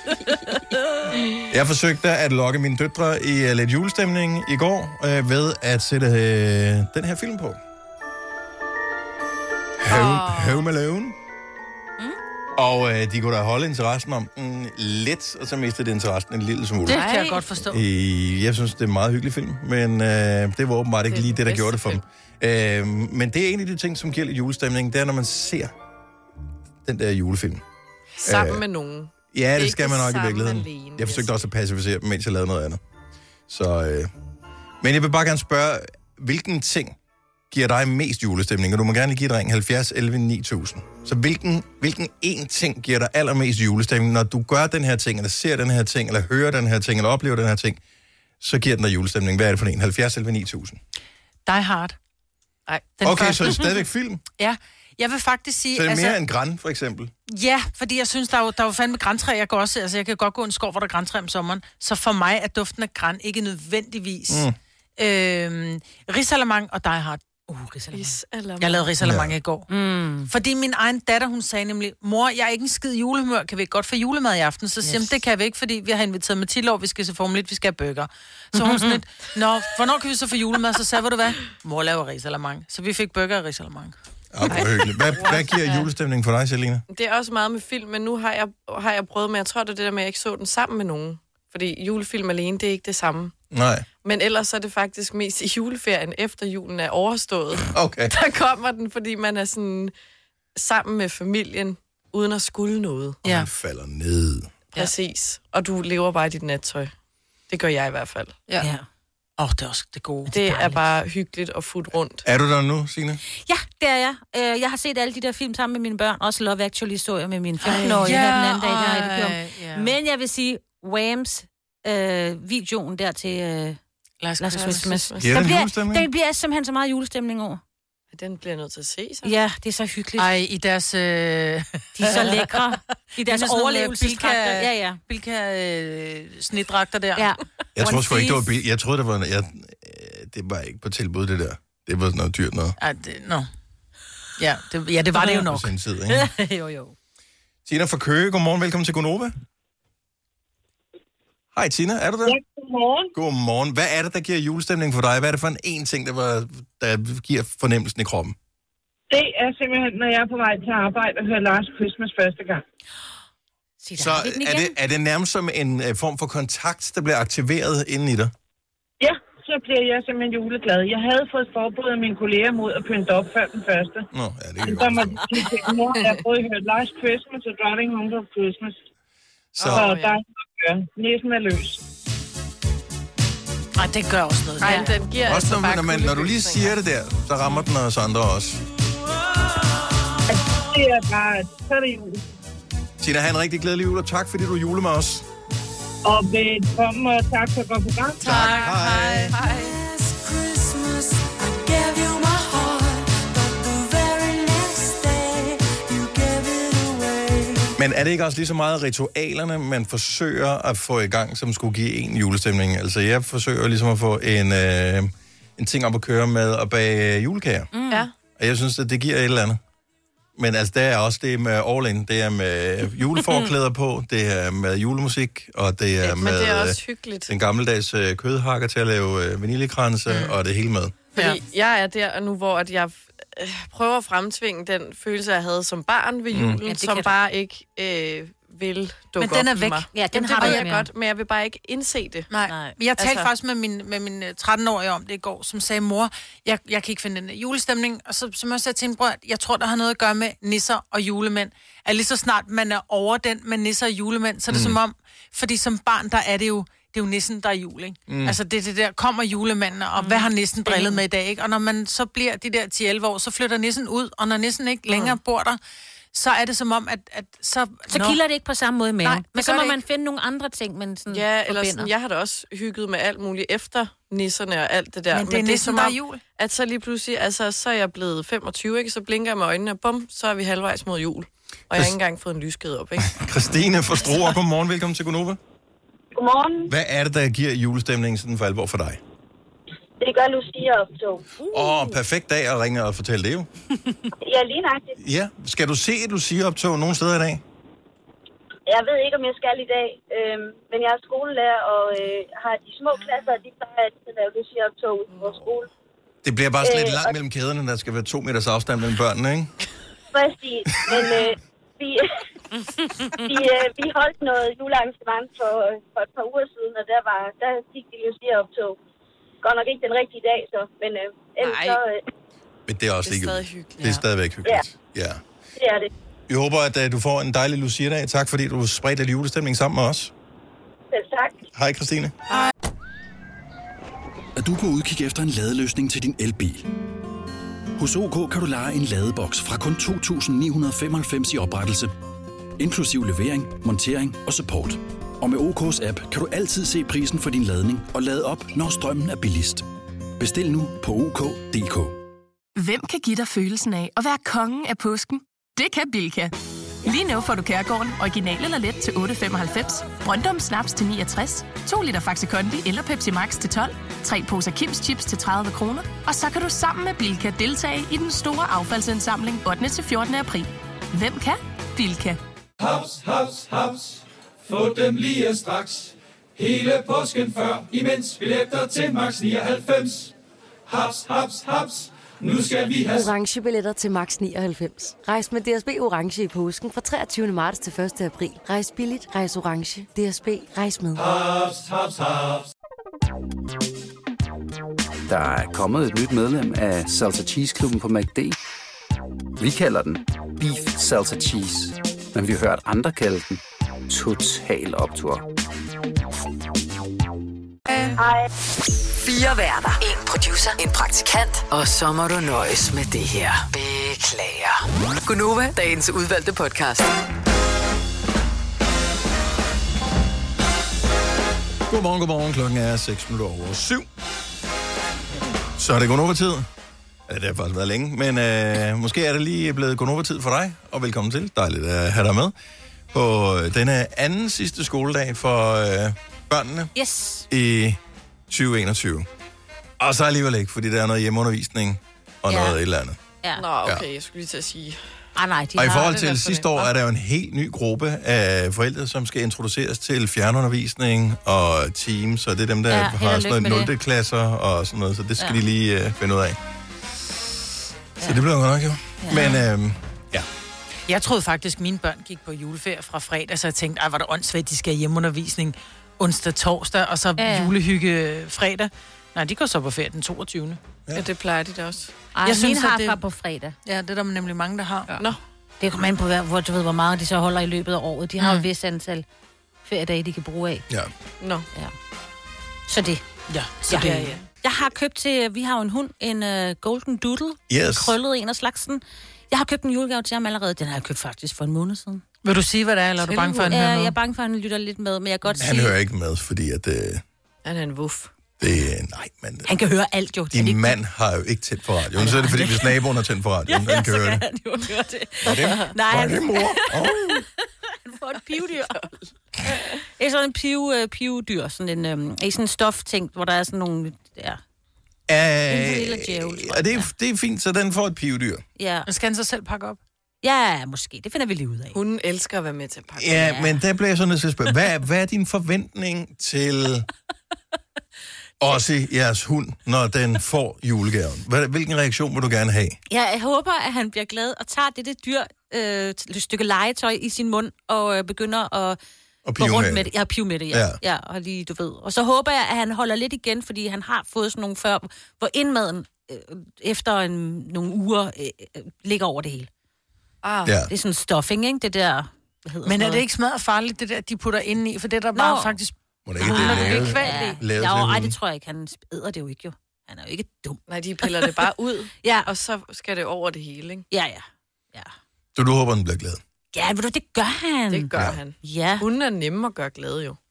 Jeg forsøgte at lokke mine døtre i uh, lidt julestemning i går uh, ved at sætte uh, den her film på. Home, Home Alone. Mm. Og uh, de kunne da holde interessen om den lidt, og så mistede det interessen en lille smule. Det kan jeg godt forstå. Uh, jeg synes, det er en meget hyggelig film, men uh, det var åbenbart ikke Det er lige det, der den gjorde det for bedste dem. Uh, men det er en af de ting, som giver lidt julestemning, det er, når man ser den der julefilm. Sammen Øh, med nogen. Ja, det Ikke skal man nok i sammen virkeligheden. alene, Jeg forsøgte yes. også at pacificere dem, mens jeg lavede noget andet. Så, øh... Men jeg vil bare gerne spørge, hvilken ting giver dig mest julestemning? Og du må gerne give et ring halvfjerds elleve ni tusind. Så hvilken, hvilken en ting giver dig allermest julestemning? Når du gør den her ting, eller ser den her ting, eller hører den her ting, eller oplever den her ting, så giver den dig julestemning. Hvad er det for en? halvfjerds elleve ni tusind. Die Hard. Ej. Den Okay, første. så er det stadigvæk film. Ja, jeg vil faktisk sige... Så er det altså, mere end Gran, for eksempel. Ja, fordi jeg synes, der er jo, der er jo fandme grantræ. Jeg går også, altså jeg kan godt gå i en skov, hvor der er grantræ om sommeren. Så for mig er duften af gran ikke nødvendigvis... Mm. Øhm, Risalamang og Die Hard. Uh, Risalamang. Jeg lavede Risalamang ja. i går. Mm. Fordi min egen datter, hun sagde nemlig, mor, jeg er ikke en skid julehumør, kan vi ikke godt få julemad i aften? Så siger yes. det kan vi ikke, fordi vi har inviteret Mathilde over, vi skal se Formel et, vi skal have burger. Så hun sådan lidt, nå, hvornår kan vi så få julemad? Så sagde, ved du hvad? Mor laver Risalamang. Så vi fik burger og Risalamang. Ja, hvor hyggeligt. Hvad, hvad giver julestemning for dig, Selina? Det er også meget med film, men nu har jeg, har jeg prøvet med, jeg tror, det er det der med, at jeg ikke så den sammen med nogen. Fordi julefilm alene, det er ikke det samme. Nej. Men ellers er det faktisk mest i juleferien, efter julen er overstået. Okay. Der kommer den, fordi man er sådan sammen med familien, uden at skulle noget. Og man falder ned. Præcis. Og du lever bare i dit nattøj. Det gør jeg i hvert fald. Ja. ja. Åh, oh, det er også det gode. Det er bare hyggeligt og fuldt rundt. Er du der nu, Signe? Ja, det er jeg. Øh, Jeg har set alle de der film sammen med mine børn. Også Love Actually-historier med mine femten-årige her den anden dag. Der ej, ja. Men jeg vil sige, Whams øh, videoen der til øh, Last, Last Christmas. Giver Der den bliver, julestemning? der bliver simpelthen så meget julestemning over. Den bliver nødt til at se, så. Ja, det er så hyggeligt. Ej, i deres... Øh... De er så lækre. I deres overlevelsesdragter. Ja, ja. Bilka øh, snitdragter der. Ja. Jeg tror sgu ikke, det var bil. Jeg troede, det var... Jeg, det var ikke på tilbud, det der. Det var sådan noget dyrt noget. Ej, det, no. Ja, det, ja, det var det jo nok. På sin tid, ikke? jo, jo. Tina fra Køge, godmorgen. Velkommen til Gonova. Hej Tina, er du der? Ja, godmorgen. Godmorgen. Hvad er det, der giver julestemning for dig? Hvad er det for en, en ting, der, var, der giver fornemmelsen i kroppen? Det er simpelthen, når jeg er på vej til arbejde og hører Last Christmas første gang. Så er det, er det nærmest som en uh, form for kontakt, der bliver aktiveret inden i dig? Ja, så bliver jeg simpelthen juleglad. Jeg havde fået forbud af mine kolleger mod at pynte op før den første. Nå, ja, det kan så må de sige, mor, jeg har både hørt Last Christmas og Driving Home for Christmas. Så oh, ja. Der er noget at gøre. Næsen er løs. Nej, det gør også noget. Nej, den giver også altså når, bare når, man, når du lige siger det der, så rammer den os andre også. Det er bare, så er det jul. Tina, have en rigtig glædelig jul, og tak fordi du juler med os. Og velkommen, og tak for et godt program. Tak, hej. Hej. Men er det ikke også lige så meget ritualerne, man forsøger at få i gang, som skulle give en julestemning? Altså, jeg forsøger ligesom at få en, øh, en ting op at køre med at bage julekager. Mm. Ja. Og jeg synes, at det giver et eller andet. Men altså, det er også det med all in. Det er med juleforklæder på, det er med julemusik, og det er ja, med men det er også hyggeligt. den gammeldags øh, kødhakker til at lave øh, vaniljekranse, mm. og det hele med. Fordi ja. jeg er der nu, hvor at jeg øh, prøver at fremtvinge den følelse, jeg havde som barn ved julen, mm. ja, som bare ikke øh, vil dukke op. Men den er væk. Mig. Ja, den Jamen, har det ved jeg jeg godt, men jeg vil bare ikke indse det. Nej. Nej. Jeg talte altså... faktisk med min, med min tretten-årige om det i går, som sagde, mor, jeg, jeg kan ikke finde den julestemning. Og så som jeg sagde til hende, bror, jeg tror, der har noget at gøre med nisser og julemænd. At lige så snart man er over den med nisser og julemænd, så er det mm. som om, fordi som barn, der er det jo, det er jo nissen, der er jul, ikke? Mm. Altså det, det der, kommer julemanden, og mm. hvad har nissen drillet med i dag, ikke? Og når man så bliver de der ti elleve år, så flytter nissen ud, og når nissen ikke længere mm. bor der, så er det som om, at, at så... Så kilder det ikke på samme måde med. Nej, men så må man finde nogle andre ting, man sådan ja, eller forbinder. sådan, jeg har da også hygget med alt muligt efter nisserne og alt det der. Men det er men nissen, det er der er jul. At så lige pludselig, altså så er jeg blevet femogtyve, ikke? Så blinker jeg med øjnene, og bum, så er vi halvvejs mod jul. Og jeg har ikke engang fået en lyskæde op, ikke? Christine fra Struer, godmorgen, velkommen til Gonova. Godmorgen. Hvad er det, der giver julestemningen sådan for alvor for dig? Det gør Lucia-optog. Åh, uh. oh, perfekt dag at ringe og fortælle det jo. Ja, lige nøjagtigt. Ja, skal du se et Lucia-optog nogen steder i dag? Jeg ved ikke, om jeg skal i dag, øh, men jeg er skolelærer og øh, har de små klasser, de plejer at lave Lucia-optog i vores skole. Det bliver bare sådan lidt Øh, langt og- mellem kæderne, der skal være to meters afstand mellem børnene, ikke? Præcis, men øh, vi, vi, øh, vi holdt noget julearrangement for, for et par uger siden, og der, var, der gik de Lucia-optog. Godt nok ikke den rigtige dag, så, men øh, ellers Nej. så... Øh, Men det er også Det er ikke stadig hyggeligt. Det er stadigvæk hyggeligt. Ja. ja. det er det. Vi håber, at uh, du får en dejlig Lucia-dag. Tak, fordi du spredte lidt julestemning sammen med os. Selv tak. Hej, Christine. Er du på udkig efter en ladeløsning til din elbil? Hos O K kan du leje en ladeboks fra kun to tusind ni hundrede femoghalvfems i oprettelse, inklusiv levering, montering og support. Og med O K's app kan du altid se prisen for din ladning og lade op, når strømmen er billigst. Bestil nu på O K punktum d k. Hvem kan give dig følelsen af at være kongen af påsken? Det kan Bilka! Lige nu får du Kærgården original eller let til otte femoghalvfems, Brøndum Snaps til niogtres, to liter Faxi Kondi eller Pepsi Max til tolv, tre poser Kims Chips til tredive kroner, og så kan du sammen med Bilka deltage i den store affaldsindsamling ottende til fjortende april. Hvem kan? Bilka. Haps, haps, haps. Få dem lige straks. Hele påsken før, imens billetter til max nioghalvfems. Haps, haps, haps. Nu skal vi have orange billetter til max nioghalvfems. Rejs med D S B Orange i påsken fra treogtyvende marts til første april. Rejs billigt, rejs orange. D S B, rejs med. haps, haps, haps. Der er kommet et nyt medlem af Salsa Cheese Klubben på McD. Vi kalder den Beef Salsa Cheese, men vi har hørt andre kalde den Total Optur. Hej. Fire værter. En producer. En praktikant. Og så må du nøjes med det her. Beklager. Gunova, dagens udvalgte podcast. Godmorgen, godmorgen. Klokken er seks minutter over syv. Så er det Gunova-tid. Ja, det har faktisk været længe, men øh, måske er det lige blevet Gunova-tid for dig, og velkommen til. Dejligt at have dig med på denne anden sidste skoledag for øh, børnene yes. i tyve enogtyve. Og så alligevel ikke, fordi der er noget hjemmeundervisning og ja. noget et eller andet. Ja. Nå, okay, ja. Jeg skulle lige til at sige... Ah, nej, de og i forhold det til sidste år er der jo en helt ny gruppe af forældre, som skal introduceres til fjernundervisning og Teams, og det er dem, der ja, har sådan noget nul klasser og sådan noget, så det skal ja. de lige uh, finde ud af. Så ja. det bliver godt nok jo. Ja. Men uh, ja. Jeg troede faktisk, at mine børn gik på juleferie fra fredag, så jeg tænkte, ej, var det åndssvagt, de skal have hjemmeundervisning onsdag, torsdag, og så ja. julehygge fredag. Nej, de går så på ferie den toogtyvende Ja, ja det plejer de da også. Ej, jeg synes, har det... på fredag. Ja, det er der nemlig mange, der har. Ja. Nå. Det kommer an på, hvor, du ved, hvor meget de så holder i løbet af året. De har mm. jo et vist antal feriedage, de kan bruge af. Ja. Nå. Ja. Så det. Ja, så ja. det er ja. Jeg har købt til, vi har jo en hund, en uh, Golden Doodle. Yes. Krøllet en af slagsen. Jeg har købt en julegave til ham allerede. Den har jeg købt faktisk for en måned siden. Vil du sige, hvad det er, eller er du bange for, at han ja, hører med? Jeg er bange for, at han lytter lidt med, men jeg kan godt han sige... hører ikke med, fordi at... Uh... Han er en wuff. Det, nej, men... Han kan høre alt jo. Din ikke... mand har jo ikke tændt på radioen. Så er det fordi, hvis naboen har tændt på radioen, ja, han kan så høre kan det. han jo høre det. Var det, nej, var han... det mor? Oh. Han får et pivdyr. Det er sådan en piv, uh, pivdyr, sådan en, um, sådan en stofting, hvor der er sådan nogle... Ja. Uh, en lille djævel, ja, det, er, det er fint, så den får et pivdyr. Ja. Skal han så selv pakke op? Ja, måske. Det finder vi lige ud af. Hun elsker at være med til at pakke. Ja, ja. Men der bliver jeg så nødt til at spørge. Hvad, hvad er din forventning til også jeres hund, når den får julegaven? Hvilken reaktion vil du gerne have? Ja, jeg håber, at han bliver glad og tager det, det dyr, øh, et stykke legetøj i sin mund og øh, begynder at og gå rundt med med det. Ja, pive med det, ja. ja. ja og, lige, du ved. Og så håber jeg, at han holder lidt igen, fordi han har fået sådan nogle før, hvor indmaden øh, efter en, nogle uger øh, ligger over det hele. Ah. Ja. Det er sådan stuffing, ikke? Det der... Men er det ikke smadret farligt, det der, de putter ind i? For det der bare faktisk... Må det ikke det lavet? Ja. lavet ja, ej, det tror jeg ikke. Han æder det jo ikke, jo. Han er jo ikke dum. Nej, de piller det bare ud, ja. Og så skal det over det hele, ikke? Ja, ja. ja. Så du håber, den bliver glad? Ja, ved du, det gør han. Det gør ja. han. Ja. Hun er nemme at gøre glad, jo.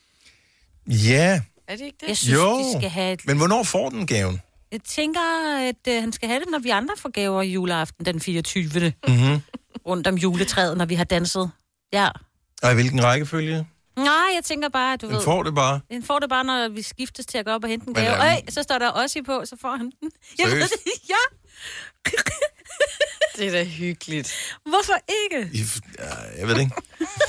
Ja. Er det ikke det? Jeg synes, jo. de skal have et... Men hvornår får den gaven? Jeg tænker, at øh, han skal have det, når vi andre får gaver i juleaften den fireogtyvende Mm-hmm. Rundt om juletræet, når vi har danset. Ja. Og i hvilken rækkefølge? Nej, jeg tænker bare, du den ved... får det bare? Den får det bare, når vi skiftes til at gå op og hente en gave. Men, Øj, så står der også på, så får han den. Jeg ved det, ja. Det er da hyggeligt. Hvorfor ikke? Ja, jeg ved det ikke.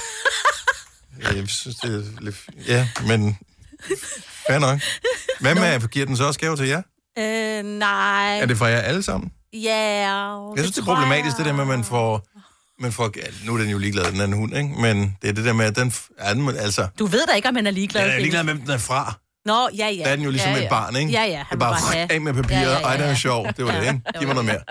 Jeg synes, det er lidt... Ja, men... Fair nok. Hvad med, giver den så også gave til jer? Øh, nej. Er det for jer alle sammen? Ja. Jeg synes, det er problematisk, det der med, at man får... Man får, nu er den jo ligeglad, den anden hund, ikke? Men det er det der med, at den... Er den altså, du ved da ikke, om man er ligeglad. Den er ligeglad med, hvem den er fra. Nå, ja, ja. Der er den jo ligesom ja, ja. et barn, ikke? Ja, ja. Han bare, bare af med papiret. Ja, ja, ja, ja. Ej, det er jo sjovt. Det var det, ikke? Giv mig noget mere.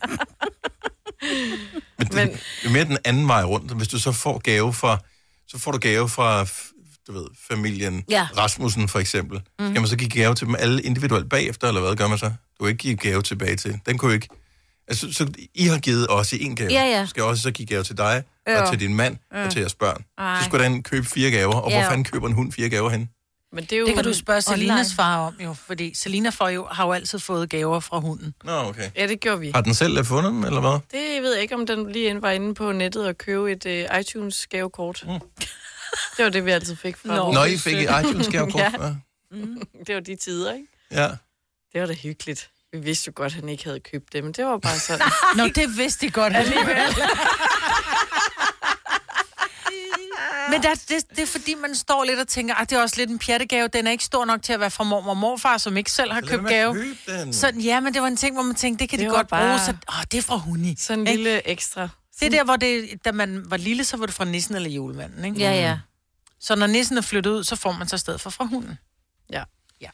Men, Men... Det, det er mere den anden vej rundt. Hvis du så får gave fra... Så får du gave fra, du ved, familien ja. Rasmussen, for eksempel. Mm. Skal man så give gave til dem alle individuelt bagefter, eller hvad gør man så? Du kan ikke give gave tilbage til. Den kunne ikke... Altså, så I har givet også en gave. Ja, ja. Du skal også så give gave til dig, jo. og til din mand, jo. Og til jeres børn. Ej. Så skulle den købe fire gaver. Og ja. Hvor fanden køber en hund fire gaver hen? Men det, er jo det kan du spørge Selinas far om, jo. Fordi Selina får jo, har jo altid fået gaver fra hunden. Nå, okay. Ja, det gjorde vi. Har den selv fundet dem, eller hvad? Det ved jeg ikke, om den lige var inde på nettet og købe et uh, iTunes-gavekort. Mm. Det var det, vi altid fik fra. Nå, Nå I fik et iTunes-gavekort? Ja. Mm. Det var de tider, ikke? Ja. Det var da hyggeligt. Vi vidste jo godt, at han ikke havde købt det, men det var bare sådan. Nå, det vidste de godt alligevel. Men Men det er, det, det er fordi, man står lidt og tænker, at det er også lidt en pjattegave. Den er ikke stor nok til at være fra mormor og morfar, som ikke selv har Så købt lad være med gave. at købe den. Så ja, men det var en ting, hvor man tænkte, det kan Det de var godt bare- bruge. Så, åh, det er fra Huni. Sådan en Ikke? lille ekstra. Det er der, hvor det, da man var lille, så var det fra nissen eller julemanden, ikke? Ja, ja. Så når nissen er flyttet ud, så får man så stedet for fra hunden. Ja. Ja.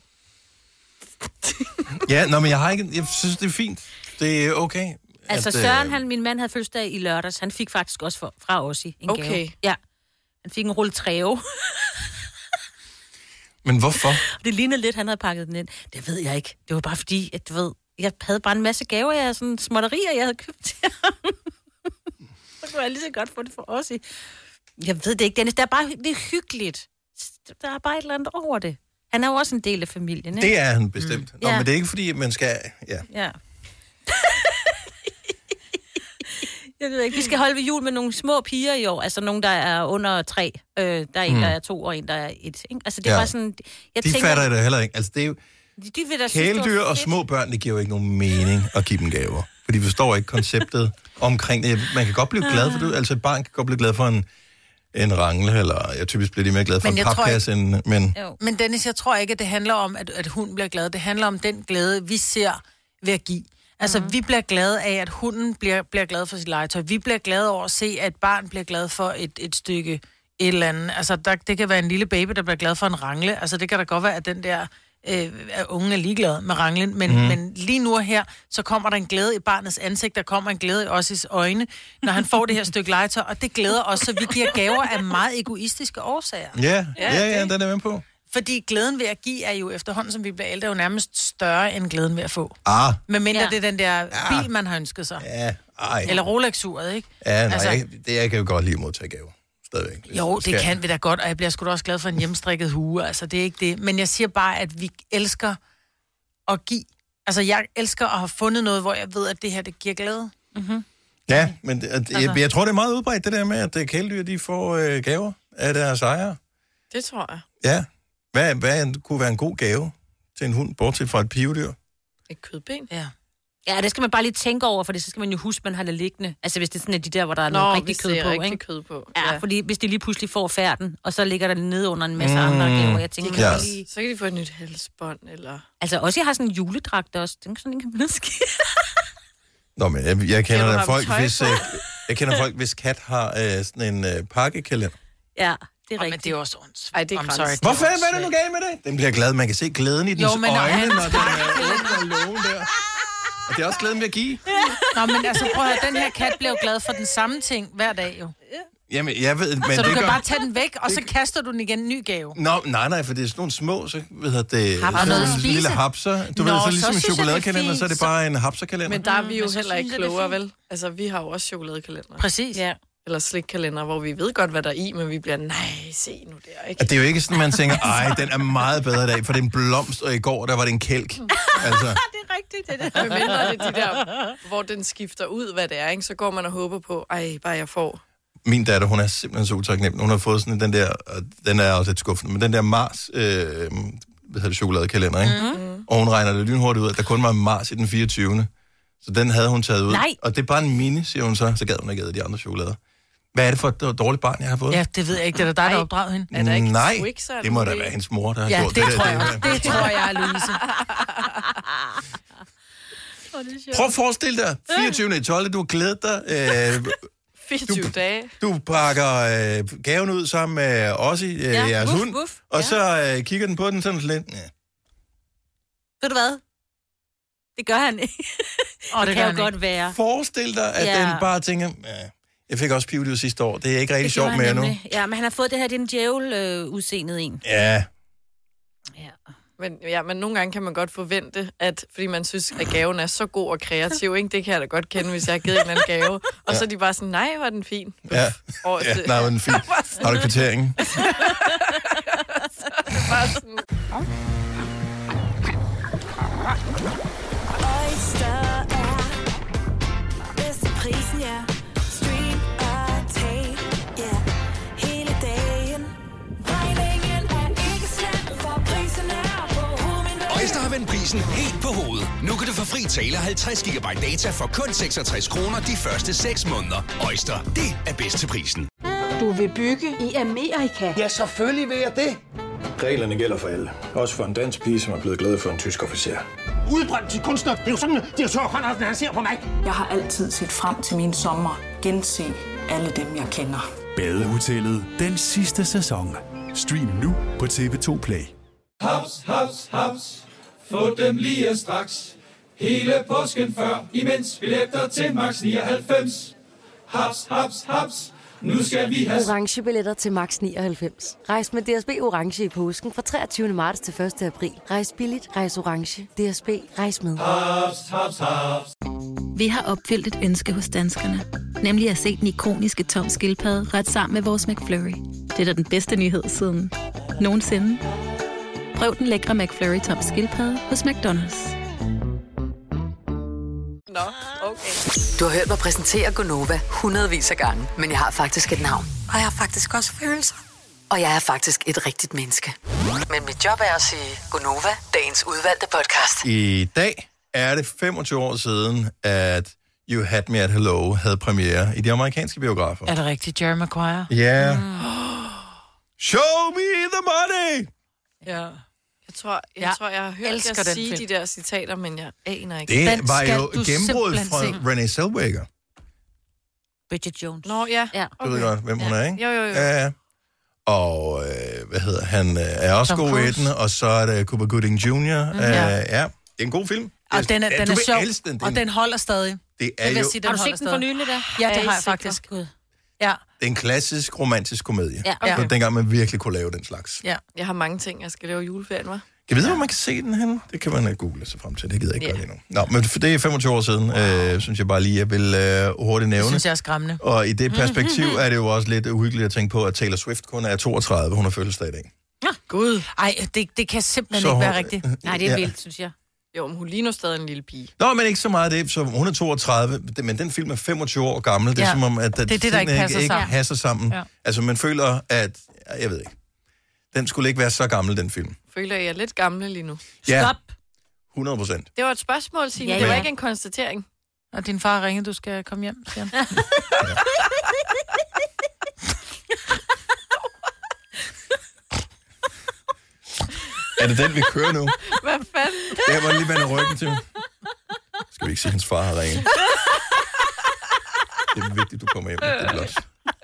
Ja, nå, men jeg har ikke... Jeg synes, det er fint. Det er okay. Altså at, Søren, øh, han, min mand, havde fødselsdag i lørdags. Han fik faktisk også for, fra os en Okay. gave. Ja. Han fik en rulle træve. Men hvorfor? Det lignede lidt, han havde pakket den ind. Det ved jeg ikke. Det var bare fordi, at du ved, jeg havde bare en masse gaver, jeg sådan småtterier, jeg havde købt til ham. Så kunne jeg lige så godt få det for os. Jeg ved det ikke, Dennis. Det er bare det er hyggeligt. Der er bare et eller andet over det. Han er jo også en del af familien, ikke? Det er han bestemt. Mm. Nå, Ja. men det er ikke fordi, at man skal... Ja. Ja. Jeg ved ikke, vi skal holde ved jul med nogle små piger i år. Altså nogle, der er under tre. Øh, der er en, Mm. der er to, og en, der er et. Ikke? Altså det er Ja. bare sådan... Jeg De fatter det heller ikke. Altså, det er jo... De, de vil da synes, det var Kæledyr og fedt. små børn, det giver jo ikke nogen mening at give dem gaver. For de forstår ikke konceptet omkring det. Man kan godt blive glad for det. Altså et barn kan godt blive glad for en, en rangle, eller jeg typisk bliver de mere glad for Men en jeg tror papkasse. End, men Jo. Men Dennis, jeg tror ikke, at det handler om, at, at hunden bliver glad. Det handler om den glæde, vi ser ved at give. Altså, mm-hmm. vi bliver glade af, at hunden bliver, bliver glad for sit legetøj. Vi bliver glade over at se, at et barn bliver glad for et, et stykke et eller andet. Altså, der, det kan være en lille baby, der bliver glad for en rangle. Altså, det kan da godt være, at den der øh, at ungen er ligeglad med ranglen. Men, mm-hmm. men lige nu og her, så kommer der en glæde i barnets ansigt. Der kommer en glæde i Ossis øjne, når han får det her stykke legetøj. Og det glæder os, så vi giver gaver af meget egoistiske årsager. ja, ja, ja, ja, den er med på. Fordi glæden ved at give er jo efterhånden, som vi bliver ældre, jo nærmest større end glæden ved at få. Ah, Med mindre Ja. det er den der bil, man har ønsket sig. ja, ej. Eller Rolex-uret, ikke? Ja, nej, Altså- altså, jeg, det, jeg kan jo godt lide at modtage gaver. Stadigvæk. Hvis Jo, jeg det skal. kan vi da godt, og jeg bliver sgu da også glad for en hjemmestrikket hue. Altså, det er ikke det. Men jeg siger bare, at vi elsker at give. Altså, jeg elsker at have fundet noget, hvor jeg ved, at det her, det giver glæde. Mm-hmm. Ja, men det, altså. jeg, Altså. jeg tror, det er meget udbredt, det der med, at øh, kæledyr, de får øh, gaver af deres ejere. Det tror jeg. Ja. Hvad, hvad kunne være en god gave til en hund, bortset fra et pivedyr? Et kødben. Ja. Ja, det skal man bare lige tænke over, for det så skal man jo huske, man har det liggende. Altså hvis det er sådan, at de der, hvor der er Nå, noget hvis rigtig kød det er på, rigtig ikke? kød på. Ja, Ja. fordi hvis de lige pludselig får færden, og så ligger der nede under en masse Mm. andre gaver. Jeg tænker, Ja. ja. lige... Så kan de få et nyt halsbånd, eller... Altså også, jeg har sådan en juledragt også. Den sådan en kan blive skidt. Nå, men jeg, jeg Kan kender du da have folk, tøj hvis, på? øh, jeg kender folk, hvis kat har øh, sådan en øh, pakkekalender. Ja, det er Oh, men rigtigt. det er jo også ondt. Ej, det er I'm grænsen. sorry. det Hvorfor også hvad er det nu galt med det? Den bliver glad. Man kan se glæden i dens Jo, men når øjne, han- når den er åben og lågen der. Og det er også glæden ved at give. Nå, men altså prøv at høre, den her kat bliver jo glad for den samme ting hver dag jo. Jamen, jeg ved, men så det du kan gør... bare tage den væk, og så kaster du den igen en ny gave. Nå, nej, nej, for det er sådan nogle små, så ved det, Hapser. sådan Noget at nogle spise. lille hapser. Du Nå, ved, så så ligesom en synes jeg, det er chokoladekalender, så er det fint. bare en hapserkalender. Men der er vi jo men så heller ikke synes jeg, det er klogere, fint. vel? Altså, vi har jo også chokoladekalender. Præcis. Ja. Eller slikkalender, hvor vi ved godt, hvad der er i, men vi bliver, nej, se nu der, ikke? Og det er jo ikke sådan, man tænker, ej, den er meget bedre i dag, for det er en blomst, og i går, der var det en kælk. Altså, Det er rigtigt, det der. Men mindre det er de der, hvor den skifter ud, hvad det er, ikke? Så går man og håber på, ej, bare jeg får. min datter, hun er simpelthen så utaknemmelig. Hun har fået sådan den der, og den er også lidt skuffende, men den der Mars, øh, hvad hedder det, chokoladekalender, ikke? Mm. Og hun regner det lynhurtigt ud, at der kun var Mars i den fireogtyvende Så den havde hun taget ud. Nej. Og det er bare en mini, siger hun så. Så gad hun ikke æde de andre chokolader. Hvad er det for et dårligt barn, jeg har fået? Ja, det ved jeg ikke. Det er da dig, der opdraget hende. Er der ikke Nej, Twix eller det må da noget? være hendes mor, der har Ja, gjort det det. tror der. jeg også. Det tror jeg, Louise. Prøv at forestille dig, fireogtyvende tolvte du har glædet dig. Øh, fireogtyve dage. du pakker øh, gaven ud sammen med os i øh, Ja, jeres wuff, hund, wuff. og Ja. så øh, kigger den på den sådan lidt. Ja. Ved du hvad? Det gør han ikke. Åh, det, det kan gør jo han godt ikke. være. Forestil dig, at Ja. den bare tænker, ja, jeg fik også pivliv sidste år, det er ikke rigtig Det sjovt gjorde mere han nu. nemlig. Ja, men han har fået det her, det er en djævel øh, udseendet en. Ja, Ja. Men, ja, men nogle gange kan man godt forvente, at fordi man synes, at gaven er så god og kreativ, ikke? Det kan jeg da godt kende, hvis jeg har givet en eller anden gave. Og så er de bare sådan, nej, var den fin. ja. Og ja nej, men fint. Har du kvitteringen? bare sådan, Oyster er bedst til prisen, ja. Stream og tag, ja. Hele dagen. Regningen er ikke slem, for prisen er på hovedet. Oyster har vendt prisen helt på hovedet. Nu kan du få fri tale halvtreds gigabyte data for kun seksogtres kroner de første seks måneder. Oyster, det er bedst til prisen. Du vil bygge i Amerika? Ja, selvfølgelig vil jeg det. Reglerne gælder for alle. Også for en dansk pige, som er blevet glad for en tysk officer. Udbrændt til kunstner. Det er jo sådan, at de har tørt, han ser på mig. Jeg har altid set frem til min sommer. Gense alle dem, jeg kender. Badehotellet den sidste sæson. Stream nu på T V to Play. Haps, haps, haps. Få dem lige straks. Hele påsken før, imens billetter til max nioghalvfems. Haps, haps, haps. Nu skal vi have Orange billetter til max nioghalvfems. Rejs med D S B Orange i påsken fra treogtyvende marts til første april. Rejs billigt, rejs orange. D S B, rejs med. haps, haps, haps. Vi har opfyldt et ønske hos danskerne. Nemlig at se den ikoniske Tom Skildpadde ret sammen med vores McFlurry. Det er da den bedste nyhed siden nogensinde. Prøv den lækre McFlurry Tom Skildpadde hos McDonald's. Nå, okay. Du har hørt mig præsentere Gonova hundredvis af gange, men jeg har faktisk et navn. Og jeg har faktisk også følelser. Og jeg er faktisk et rigtigt menneske. Men mit job er at sige Gonova, dagens udvalgte podcast. I dag er det femogtyve år siden, at You Had Me at Hello havde premiere i de amerikanske biografer. Er det rigtigt, Jerry Maguire? Ja. Yeah. Mm. Show me the money! Ja. Jeg tror, jeg, jeg tror, jeg har hørt elsker jer den sige film. de der citater, men jeg aner ikke. Det Den var skal jo du gennembruddet simpelthen fra Renée Zellweger. Bridget Jones. Nå, ja. ja. Du ved godt, hvem hun er, ikke? Jo, jo, jo. Ja, ja. Og, øh, hvad hedder han, øh, er også Tom god i Cruise. den, og så er det Cuba Gooding junior Mm, ja. øh, ja, det er en god film. Og den er, Ja, den du er vil sjov, elske den. Det er og en- den holder stadig. Det er Jeg vil jo sige, den Har du holder set den for stadig. nylig da? Ja, Er det I har jeg sikre? faktisk. Gud. Ja, det er en klassisk romantisk komedie. Ja. Ja. Så dengang man virkelig kunne lave den slags. ja. Jeg har mange ting, jeg skal lave i juleferien, hva'? Kan vi vide, hvor man kan se den henne? Det kan man uh, google sig frem til. Det gider jeg ikke Ja. gøre lige nu. Nå, men for det er femogtyve år siden, øh, synes jeg bare lige, jeg vil øh, hurtigt Det nævne. synes jeg er skræmmende. Og i det perspektiv er det jo også lidt uhyggeligt at tænke på, at Taylor Swift kun er toogtredive. Hun har fødselsdag i dag. Gud. Ej, det, det kan simpelthen Så ikke være hun- rigtigt. Nej, det er Ja. vildt, synes jeg. Jo, men hun ligner stadig en lille pige. Nå, men ikke så meget det, så hun er toogtredive, det- men den film er femogtyve år gammel. Det er Ja. som om, at, at Det er det, der ikke tingene passer ikke, ikke sammen. passer sammen. Ja. Altså, man føler, at, jeg ved ikke, den skulle ikke være så gammel, den film. Føler jeg er lidt gamle lige nu. Ja. Stop. hundrede procent. Det var et spørgsmål, Signe. Ja, Det var ja. ikke en konstatering. Og din far ringede, du skal komme hjem, siger han. Er det den, vi kører nu? Hvad fanden? Jeg må lige vende ryggen til. Skal vi ikke sige, at hans far har ringet? Det er vigtigt, du kommer hjem. Det er blot.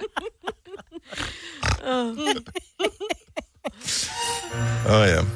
Åh oh, ja.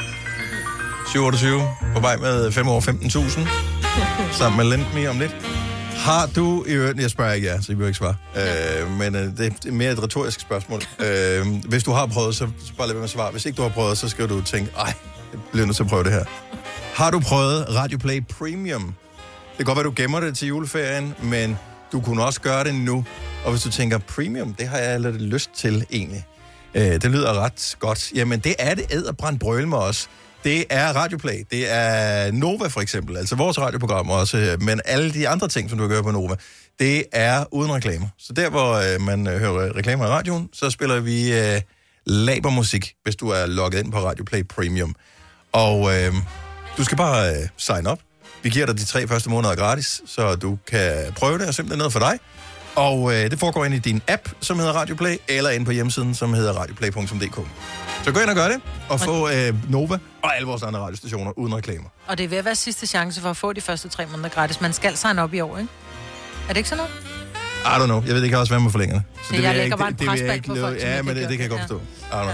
syv otteogtyve på vej med fem år femten tusind. Sammen med Lend Me om lidt. Har du i øvrigt, jeg spørger ikke jer, så I vil ikke svare, øh, men øh, det er mere et retorisk spørgsmål. Øh, hvis du har prøvet, så bare lad være med at svare. Hvis ikke du har prøvet, så skal du tænke, ej, jeg bliver nødt til at prøve det her. Har du prøvet Radio Play Premium? Det kan godt være, du gemmer det til juleferien, men du kunne også gøre det nu. Og hvis du tænker, Premium, det har jeg lidt lyst til egentlig. Øh, det lyder ret godt. Jamen, det er det æderbrændt brøl med os. Det er Radioplay. Det er Nova for eksempel, altså vores radioprogram også, men alle de andre ting, som du kan gøre på Nova, det er uden reklamer. Så der, hvor øh, man øh, hører reklamer i radioen, så spiller vi øh, labermusik, hvis du er logget ind på Radioplay Premium. Og øh, du skal bare øh, sign up. Vi giver dig de tre første måneder gratis, så du kan prøve det, og simpelthen noget for dig. Og øh, det foregår ind i din app, som hedder Radioplay, eller ind på hjemmesiden, som hedder radioplay punktum d k. Så gå ind og gør det, og få øh, Nova og alle vores andre radiostationer uden reklamer. Og det er ved at være sidste chance for at få de første tre måneder gratis. Man skal signe op i år, ikke? Er det ikke sådan noget? I don't know. Jeg ved ikke også, hvad man forlænger. Så Det, jeg vil lægger ikke- bare en det vil jeg presbald ikke på love- folk, som Ja, ikke men det, gør det kan jeg det. godt forstå. I don't know.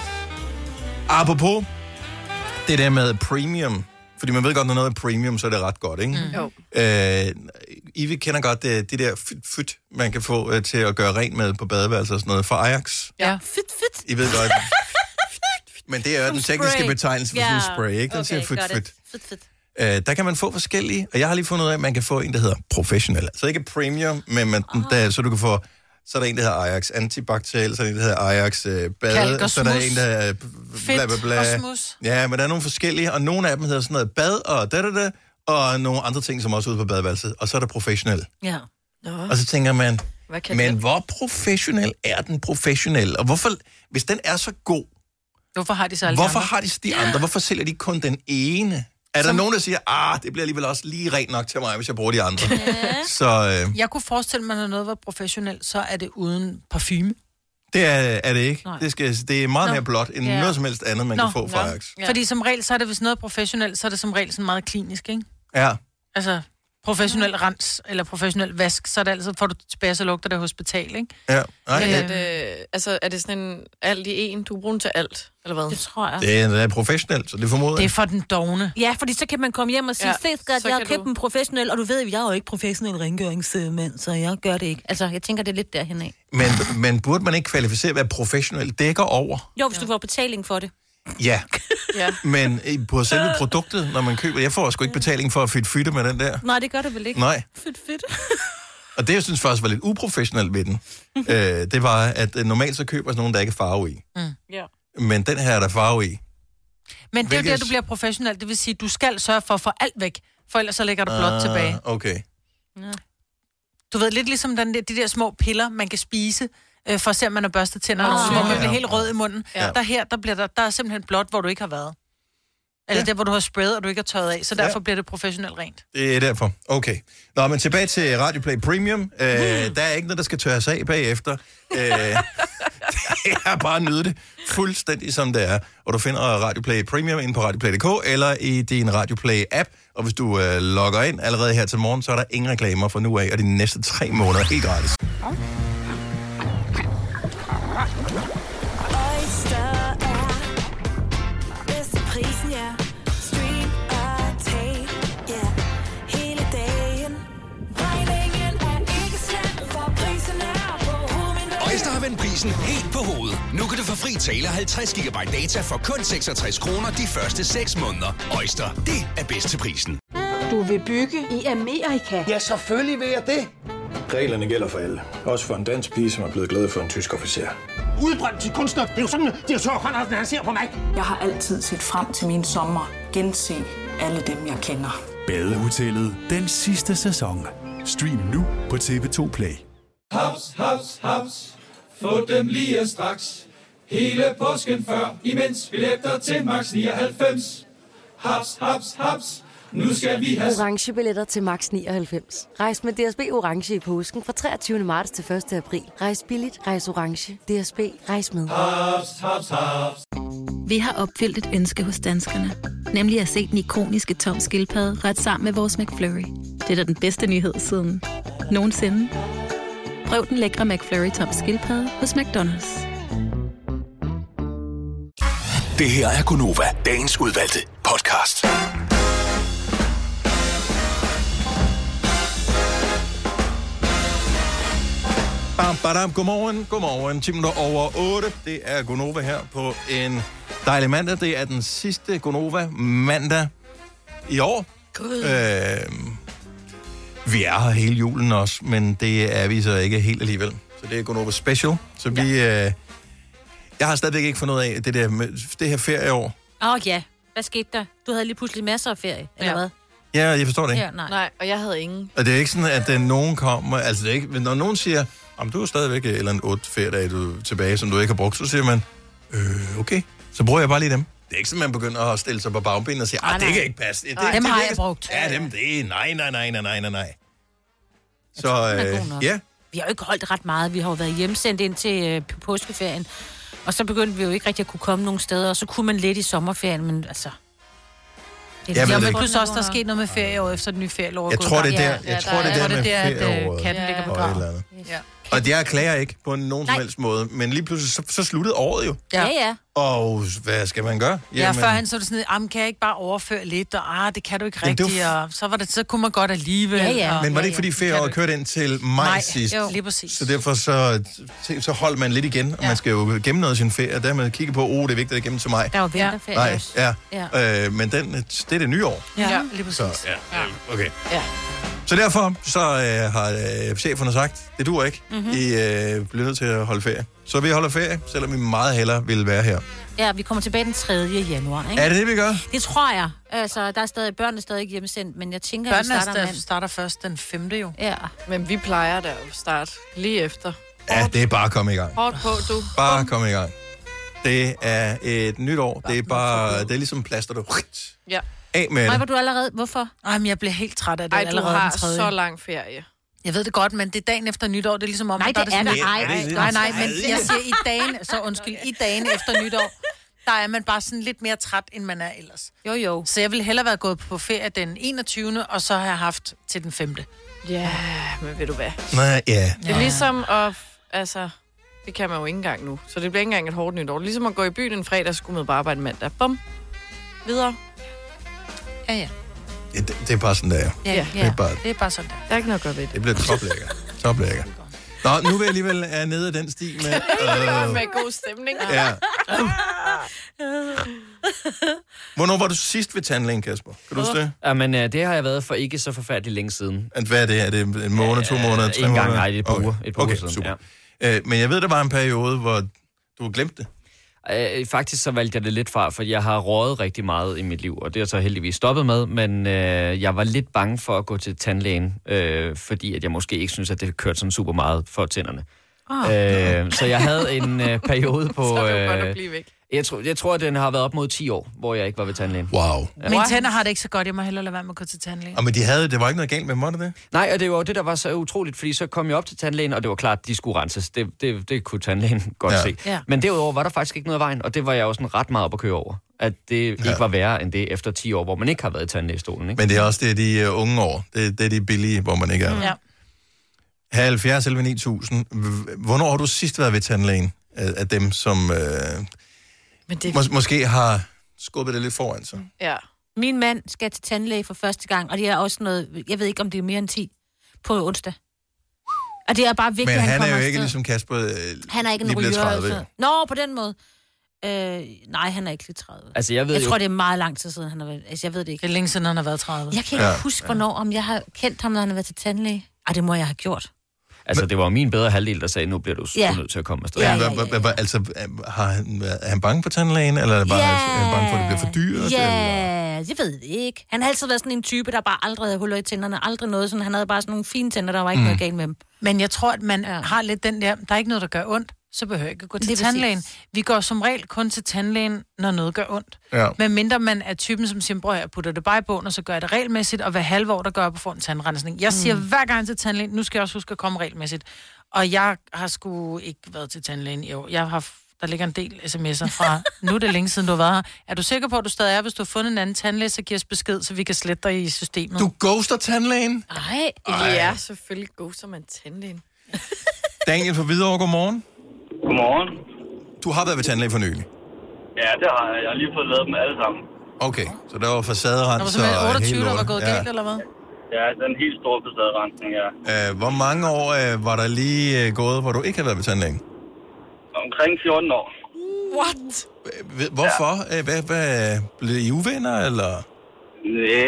Apropos det der med premium, fordi man ved godt, når noget er premium, så er det ret godt, ikke? Mm. Jo. Øh, I kender godt det, det der fyt, man kan få øh, til at gøre rent med på badeværelser og sådan noget fra Ajax. Ja. Fit, fit. I ved godt. Men det er jo den tekniske Spray. betegnelse for sådan en spray, ikke? Den okay, siger fyt, got it. fyt. Fit, fit. Øh, der kan man få forskellige, og jeg har lige fundet ud af, at man kan få en, der hedder professional. Så ikke premium, men man, der, så du kan få, så er der en, der hedder Ajax antibakteriel, så er der en, der hedder Ajax øh, bade, Kalk og så er der smus. en, der er bla bla bla. og smus. Ja, men der er nogle forskellige, og nogle af dem hedder sådan noget bad og da da da, og nogle andre ting, som også er ude på badeværelset, og så er der professionel. Ja. Og så tænker man, Hvad kan men det? hvor professionel er den professionel? Og hvorfor, hvis den er så god, Hvorfor har de så alle hvorfor de andre? har de de andre? Hvorfor sælger de kun den ene? Er der Som- nogen, der siger, ah, det bliver alligevel også lige rent nok til mig, hvis jeg bruger de andre? Så øh, Jeg kunne forestille mig, at når noget var professionelt, så er det uden parfume. Det er, er det ikke. Det, skal, det er meget Nå. mere blåt, end Ja. noget som helst andet, man Nå. kan få fra Nå. Ajax. Ja. Fordi som regel, så er det, hvis noget er professionelt, så er det som regel sådan meget klinisk, ikke? Ja. Altså, professionel rens, eller professionel vask, så er det altid, får du tilbage, så lugter det hospital, ikke? Ja. Men er det, altså, er det sådan en alt i en? Du bruger den til alt, eller hvad? Det tror jeg. Det er, det er professionelt, så det formoder Det er jeg. for den dogne. Ja, fordi så kan man komme hjem og sige, Ja, ja, se skat, så jeg har kan købt du- en professionel, og du ved, jeg er jo ikke professionel rengøringsmand, så jeg gør det ikke. Altså, jeg tænker, det er lidt derhen af. Men, men burde man ikke kvalificere, hvad professionelt dækker over? Jo, hvis ja. du får betaling for det. Ja. Ja. Men i- på selve produktet, når man køber... Jeg får sgu ikke betaling for at fytte med den der. Nej, det gør det vel ikke. Nej. Fedt, fedt. Og det, jeg synes faktisk var lidt uprofessionelt ved den, øh, det var, at øh, normalt så køber jeg sådan nogen, der ikke er farve i. Mm. Ja. Men den her er der farve i. Men det er jo Hvilket- der, du bliver professionel. Det vil sige, du skal sørge for at få alt væk, for ellers så lægger du blot Ah, tilbage. Okay. Du ved, lidt ligesom den der, de der små piller, man kan spise, øh, for at se, om man har børstet tænder, Ah, oh, hvor man ja. bliver helt rød i munden. Ja. Ja. Der her, der, bliver der, der er simpelthen blot, hvor du ikke har været. Eller Ja. der, hvor du har sprayet, og du ikke har tørret af. Så Ja. derfor bliver det professionelt rent. Det er derfor. Okay. Nå, men tilbage til Radio Play Premium. Øh, der er ikke noget, der skal tørres af bagefter. Øh, det er bare at nyde det fuldstændig som det er. Og du finder Radio Play Premium inde på radioplay punktum d k eller i din Radio Play-app. Og hvis du øh, logger ind allerede her til morgen, så er der ingen reklamer fra nu af, og de næste tre måneder helt gratis. Oyster er bedst til prisen, ja. Stream og tag, ja. Hele dagen. Regningen er ikke slem, for prisen er på hovedet. Oyster har vendt prisen helt på hovedet. Nu kan du få fri tale halvtreds gigabyte data for kun seksogtres kroner de første seks måneder. Oyster, det er bedst til prisen. Du vil bygge i Amerika? Ja, selvfølgelig vil jeg det. Reglerne gælder for alle. Også for en dansk pige, som er blevet glad for en tysk officer. Udbrændt til kunstner. Det er jo sådan, at direktør Conradsen, han ser på mig. Jeg har altid set frem til min sommer. Gense alle dem, jeg kender. Badehotellet den sidste sæson. Stream nu på T V to Play. Haps, haps, haps. Få dem lige straks. Hele påsken før, imens billetter til max nioghalvfems. Haps, haps, haps. Nu skal vi have... Orange billetter til max nioghalvfems. Rejs med D S B Orange i påsken fra treogtyvende marts til første april. Rejs billigt, rejs orange. D S B, rejs med. Haps, haps, haps. Vi har opfyldt et ønske hos danskerne. Nemlig at se den ikoniske tom skildpadde ret sammen med vores McFlurry. Det er da den bedste nyhed siden nogensinde. Prøv den lækre McFlurry tom skildpadde hos McDonald's. Det her er Gonova, dagens udvalgte podcast. Bam, badam, godmorgen, godmorgen. ti minutter over otte. Det er Gonova her på en dejlig mandag. Det er den sidste Gonova mandag i år. Øh, vi er her hele julen også, men det er vi så ikke helt alligevel. Så det er Gonova Special. Så vi... Ja. Øh, jeg har stadigvæk ikke fundet ud af det der med det her ferieår. Åh oh, ja, hvad skete der? Du havde lige pludselig masser af ferie, eller Ja. hvad? Ja, jeg forstår det ikke. Ja, nej. Nej, og jeg havde ingen. Og det er ikke sådan, at øh, nogen kommer... Altså, det er ikke, når nogen siger, om du er stadigvæk et eller andet otte feriedage du er tilbage, som du ikke har brugt, så siger man, øh, okay, så bruger jeg bare lige dem. Det er ikke sådan, man begynder at stille sig på bagbenene og sige, ah, det kan ikke passe. Det, Dem det, har det, jeg brugt. Ja, dem, det er nej, nej, nej, nej, nej, nej, nej. Så, Den er god øh, nok. ja. Vi har jo ikke holdt ret meget. Vi har jo været hjemsendt ind til øh, på påskeferien. Og så begyndte vi jo ikke rigtig at kunne komme nogen steder. Og så kunne man lidt i sommerferien, men altså... Det Jeg ved Ja, det men ikke. plus også, der er sket noget med ferieår efter den nye ferieår. er Jeg gået tror, i det er gang. der, jeg tror, det er der med det er, at ferieåret øh, katten ligger og et eller begravet. andet. Ja. Og jeg klager ikke på nogen som helst måde, men lige pludselig, så, så sluttede året jo. Ja, ja. Og hvad skal man gøre? Ja, førhen så var det sådan, jamen, kan jeg ikke bare overføre lidt, og ah, det kan du ikke Jamen, det rigtigt, var f- og så, var det, så kunne man godt alligevel. Ja, ja. Og, Men var det ikke, fordi ferieåret kørte ind til maj Nej, sidst? jo, lige præcis. Så derfor så, så holdt man lidt igen, og man skal jo gemme noget af sin ferie, og dermed kigge på, oh, det er vigtigt at gemme til maj. Der var vinterferie Nej, også. ja. Ja. Øh, men den, det er det nye år. Ja, lige præcis. Så, ja, okay. Ja. Så derfor så øh, har øh, cheferne sagt, det duer ikke. Mhm. Mm-hmm. I øh, bliver nødt til at holde ferie. Så vi holder ferie, selvom vi meget hellere ville være her. Ja, vi kommer tilbage den tredje januar, ikke? Er det det, vi gør? Det tror jeg. Altså, der er stadig, børnene er stadig ikke hjemsendt, men jeg tænker, at vi Børnene starter starter, mand. starter først den femte jo. Ja. Men vi plejer da at starte lige efter. Ja, det er bare at komme i gang. Hårdt på, du. Bare komme i gang. Det er et nyt år. Det er bare, det er ligesom plaster, du Ja. af med Nej, det. var du allerede... Hvorfor? Ej, men jeg bliver helt træt af det Ej, du allerede har den tredje. så lang ferie. Jeg ved det godt, men det er dagen efter nytår. Det er ligesom om... Nej, der det er sådan- det ej. Nej, nej, nej, men jeg siger i dagen, så undskyld, i dagen efter nytår, der er man bare sådan lidt mere træt, end man er ellers. Jo, jo. Så jeg ville hellere være gået på ferie den enogtyvende og så har jeg haft til den femte Ja, men ved du hvad? Nej, ja. Det er ligesom at... Altså, det kan man jo ikke engang nu. Så det bliver ikke engang et hårdt nytår. Ligesom at gå i byen en fredag, så skulle man bare arbejde mandag. Bum. Videre. Ja, ja. Det, det, det er bare sådan, der. Ja, Det ja. er bare, Det er bare sådan der. Der er ikke noget godt ved det. det bliver toplækker. Toplækker. Nå, nu vil jeg alligevel er nede af den sti med... Øh, Med god stemning. ja. Hvornår var du sidst ved tandlægen, Kasper? Kan du huske det? Jamen, øh, det har jeg været for ikke så forfærdeligt længe siden. At hvad er det? Er det en måned, to måneder, tre Ikke engang, måneder? nej, det er et par Okay. uger. Et par Okay, uger siden, super. ja. Øh, men jeg ved, der var en periode, hvor du glemte det. Øh, faktisk så valgte jeg det lidt fra, for jeg har røget rigtig meget i mit liv, og det er jeg så heldigvis stoppet med, men øh, jeg var lidt bange for at gå til tandlægen, øh, fordi at jeg måske ikke synes, at det kørte sådan super meget for tænderne. Ah. Øh, så jeg havde en øh, periode på... Så er det jo godt øh, at blive væk. jeg, tror, jeg tror, at den har været op mod ti år, hvor jeg ikke var ved tandlægen. Wow. Ja. Mine tænder har det ikke så godt. Jeg må hellere lade være med at gå til tandlægen. Og men de havde, det var ikke noget galt med dem, var det det? Nej, og det var jo det, der var så utroligt, fordi så kom jeg op til tandlægen, og det var klart, at de skulle renses. Det, det, det kunne tandlægen godt Ja. se. Ja. Men derudover var der faktisk ikke noget af vejen, og det var jeg også sådan ret meget op at køre over. At det ikke Ja. var værre end det efter ti år, hvor man ikke har været i tandlægestolen. Ikke? Men det er også det, de uh, unge år. Det, det er de billige, hvor man ikke er. Ja. halvfjerds elleve ni tusind. H- Hvornår har du sidst været ved tandlægen af, af dem, som øh, Men det... mås- måske har skubbet det lidt foran sig? Ja. Min mand skal til tandlæge for første gang, og det er også noget, jeg ved ikke, om det er mere end ti på onsdag. Og det er bare vigtigt, Men at han, han er kommer jo ikke afsted. ligesom Kasper øh, Han er ikke en lige blevet ryger. tredive. Altså. Nå, på den måde. Øh, nej, han er ikke lige tredive. Altså, jeg ved jeg jo... tror, det er meget lang tid siden, han har været... Altså, jeg ved det ikke. Det er længe siden, han har været tredive. Jeg kan ikke Ja. ja. huske, hvornår, om jeg har kendt ham, når han har været til tandlæge. Ej, det må jeg have gjort. Altså, det var min bedre halvdel, der sagde, nu bliver du Ja. ja. nødt til at komme afsted. Ja, Ja, ja, hva- ja, hva- hva- altså, har han, er han bange for tandlægen, eller er det bare, Ja. er han bange for, at det bliver for dyrt? Ja, eller? jeg ved det ikke. Han har altid været sådan en type, der bare aldrig havde huller i tænderne. Aldrig noget sådan. Han havde bare sådan nogle fine tænder, der var ikke mm. noget galt med dem. Men jeg tror, at man ja. Ja. har lidt den der, der er ikke noget, der gør ondt, så behøver jeg ikke at gå til Lige tandlægen. præcis. Vi går som regel kun til tandlægen, når noget gør ondt. Ja. Men mindre man er typen, som siger, bror, jeg putter det bare i bogen, og så gør jeg det regelmæssigt, og hver halve år, der gør jeg på for en tandrensning. Jeg siger mm. hver gang til tandlægen, nu skal jeg også huske at komme regelmæssigt. Og jeg har sgu ikke været til tandlægen i år. Jeg har, der ligger en del sms'er fra, nu er det længe siden, du har været her. Er du sikker på, at du stadig er? Hvis du har fundet en anden tandlæge, så giv os besked, så vi kan slette dig i systemet. Du ghoster tandlægen? Nej. Det er selvfølgelig god som en tandlægen. Daniel fra Hvidovre, godmorgen. Godmorgen. Du har været ved tandlæge for nylig. Ja, det har jeg. Jeg har lige fået lavet dem alle sammen. Okay, så der var facaderens Der var simpelthen og otteogtyve, hele der var lortet. gået Ja. galt, eller hvad? Ja, den helt store facaderensning, ja. Øh, hvor mange år øh, var der lige øh, gået, hvor du ikke har været ved tandlægen? Omkring fjorten år. What? Ved- Hvorfor? Ja. Hvad, hvad, blev I uvenner, eller? Nej.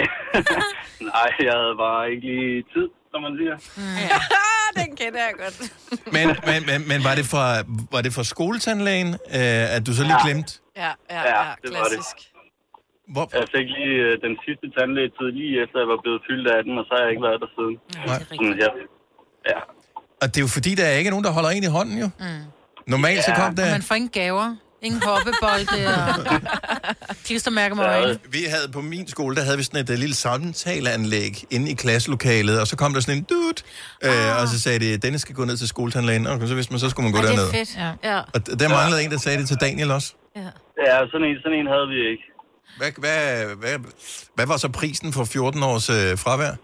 Nej, jeg havde bare ikke lige tid, som man siger. Ja. Den kender jeg godt. Men, men, men, men var, det fra, var det fra skoletandlægen, øh, at du så lige Ja. glemte? Ja, ja, Ja, ja, det var det. klassisk. Hvor? Jeg fik lige øh, den sidste tandlægetid lige efter, jeg var blevet fyldt af den, og så har jeg ikke været der siden. Nej. Sådan, ja. Ja. Og det er jo fordi, der er ikke nogen, der holder en i hånden, jo. Mm. Normalt så Ja. kom Og der... man får ingen gaver. Ingen hoppebolde og klistermærker med øjnene. Vi havde på min skole, der havde vi sådan et uh, lille samtaleanlæg inde i klasselokalet, og så kom der sådan en dude, ah. øh, og så sagde de, Dennis skal gå ned til skoletandlægen, og så vidste man, så skulle man gå Ej, det derned. er fedt. Ja. ja. Og d- der manglede en, der sagde det til Daniel også. ja. Ja, sådan en, sådan en havde vi ikke. Hvad, hvad, hvad, hvad var så prisen for fjorten års øh, fravær?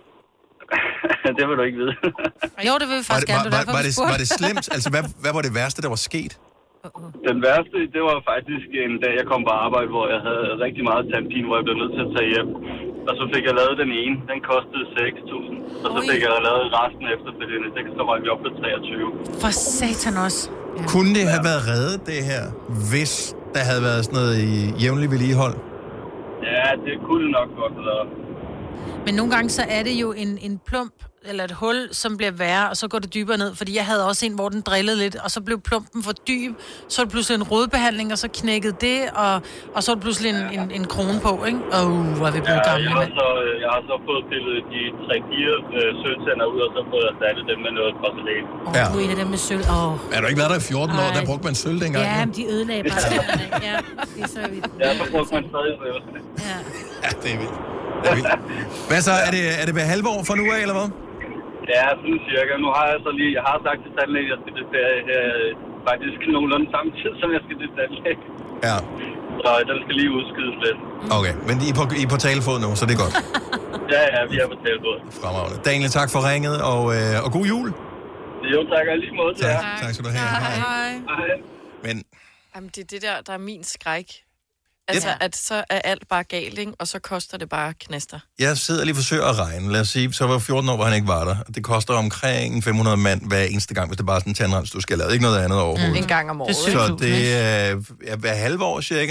Det vil du ikke vide. Jo, det vil vi Var faktisk det, gerne. var, Det var, var, var, det, var det slemt? Altså, hvad, hvad var det værste, der var sket? Den værste, det var faktisk en dag, jeg kom på arbejde, hvor jeg havde rigtig meget tandpine, hvor jeg blev nødt til at tage hjem. Og så fik jeg lavet den ene, den kostede seks tusind. Og så fik jeg lavet resten efterfølgende, det så var vi oppe på treogtyve. For satan også. Ja. Kunne det have været reddet, det her, hvis der havde været sådan noget i jævnlig vedligehold? Ja, det kunne nok godt have været. Men nogle gange så er det jo en, en plump eller et hul, som bliver værre, og så går det dybere ned. Fordi jeg havde også en, hvor den drillede lidt, og så blev plumpen for dyb. Så var det pludselig en rodbehandling, og så knækkede det, og, og så var det pludselig en, en, en krone på, ikke? Åh, uh, hvor er vi blevet Ja, gamle, jeg har, mand. så, jeg har så fået pillet de tre-fire øh, sødtænder ud, og så fået erstattet dem med noget porcelæn. Ja. Du er en af dem med sølv. Åh. Er du ikke været der i fjorten år? Ej. Der brugte man sølv dengang. Ja, jo. men de ødelagde bare tænderne. Ja, det er så vildt. Ja, så brugte man stadig det. Ja. Ja, det er vildt. Det er vildt. Hvad så? Er det, er det hver halve år fra nu af, eller hvad? Ja, sådan cirka. Nu har jeg så lige, jeg har sagt til tandlægen, at jeg skal til ferie her faktisk nogenlunde samme tid, som jeg skal til tandlægen. Ja. Så den skal lige udskydes lidt. Okay, men I er på, I er på talefod nu, så det er godt. Ja, ja, vi er på talefod. Fremragende. Daniel, tak for ringet, og, øh, og god jul. Jo, tak, og lige måde til tak, jer. tak skal du have. Hej. Hej. Hej. Men Jamen, det er det der, der er min skræk. Altså, at så er alt bare galt, ikke? Og så koster det bare knaster. jeg sidder lige og forsøger at regne. Lad os sige, så var fjorten år, hvor han ikke var der. Det koster omkring fem hundrede mand hver eneste gang, hvis det bare er sådan en tandrens, du skal lave. Ikke noget andet overhovedet. Mm. En gang om året. Så det er ja, hver halve år cirka.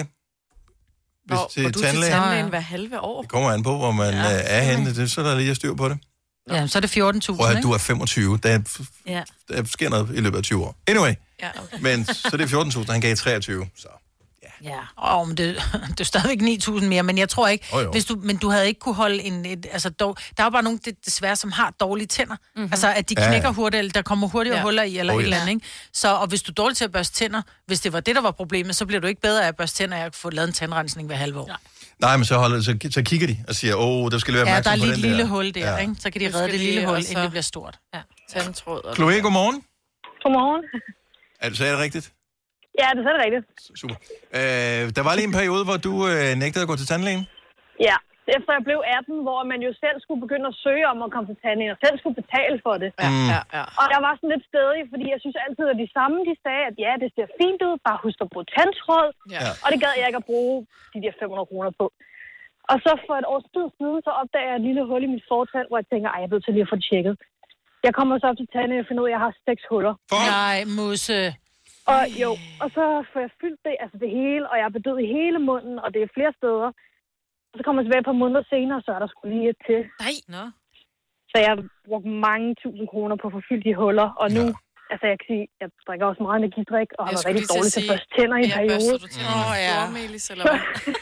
Hvis Hvor, til hvor du tandlæge. til tandlægen hver halve år? Det kommer an på, hvor man ja. er henne. Det, så er der lige at styr på det. Ja, så er det fjorten tusind, Prøv at ikke? du er femogtyve. Der, Ja. der sker noget i løbet af tyve år. Anyway. Ja, okay. Men så er det fjorten tusind, han gav treogtyve. Så. Ja, oh, men det, det er stadigvæk ni tusind mere, men jeg tror ikke, Oh, hvis du, men du havde ikke kunne holde en, et, altså dog, der er jo bare nogen, det, desværre, som har dårlige tænder. Mm-hmm. Altså, at de Ja, ja. knækker hurtigt, eller der kommer hurtigere Ja. huller i, eller Oh, oh, ja. et eller andet, ikke? Så, og hvis du er dårlig til at børste tænder, hvis det var det, der var problemet, så bliver du ikke bedre af at børste tænder af at få lavet en tandrensning hver halve år. Ja, Nej, men så, holder, så, så kigger de og siger, åh, oh, der skal lige være ja opmærksom der er på lige den et lille der. hul der, Ja. ikke? Så kan de Du redde skal det lille lige hul, også- inden det bliver stort. Ja. Tandtråd. og Chloe, det. godmorgen. Godmorgen. Er det, så er det rigtigt? Ja, det er det rigtigt. Super. Øh, der var lige en periode, hvor du øh, nægtede at gå til tandlægen. Ja, efter jeg blev atten, hvor man jo selv skulle begynde at søge om at komme til tandlægen, og selv skulle betale for det. Ja, Mm. ja, ja. Og jeg var sådan lidt stedig, fordi jeg synes altid, at de samme, de sagde, at ja, det ser fint ud, bare husk at bruge tandtråd. Ja. Og det gad jeg ikke at bruge de der fem hundrede kroner på. Og så for et års tid siden, så opdager jeg et lille hul i mit fortand, hvor jeg tænker, ej, jeg er nødt til lige at få det tjekket. Jeg kommer så op til tandlægen og finder ud af, at jeg har seks huller. Nej, musse. Og jo, og så får jeg fyldt det, altså det hele, og jeg er bedøvet i hele munden, og det er flere steder. Og så kommer jeg tilbage et par måneder senere, så er der sgu lige et til. Nej, nå. Så jeg har brugt mange tusind kroner på at få fyldt de huller, og nu, ja. altså jeg kan sige, jeg drikker også meget energidrik, og har været rigtig dårlig til at børste tænder i en Ja, periode. børster du tænder med stormelis, eller hvad?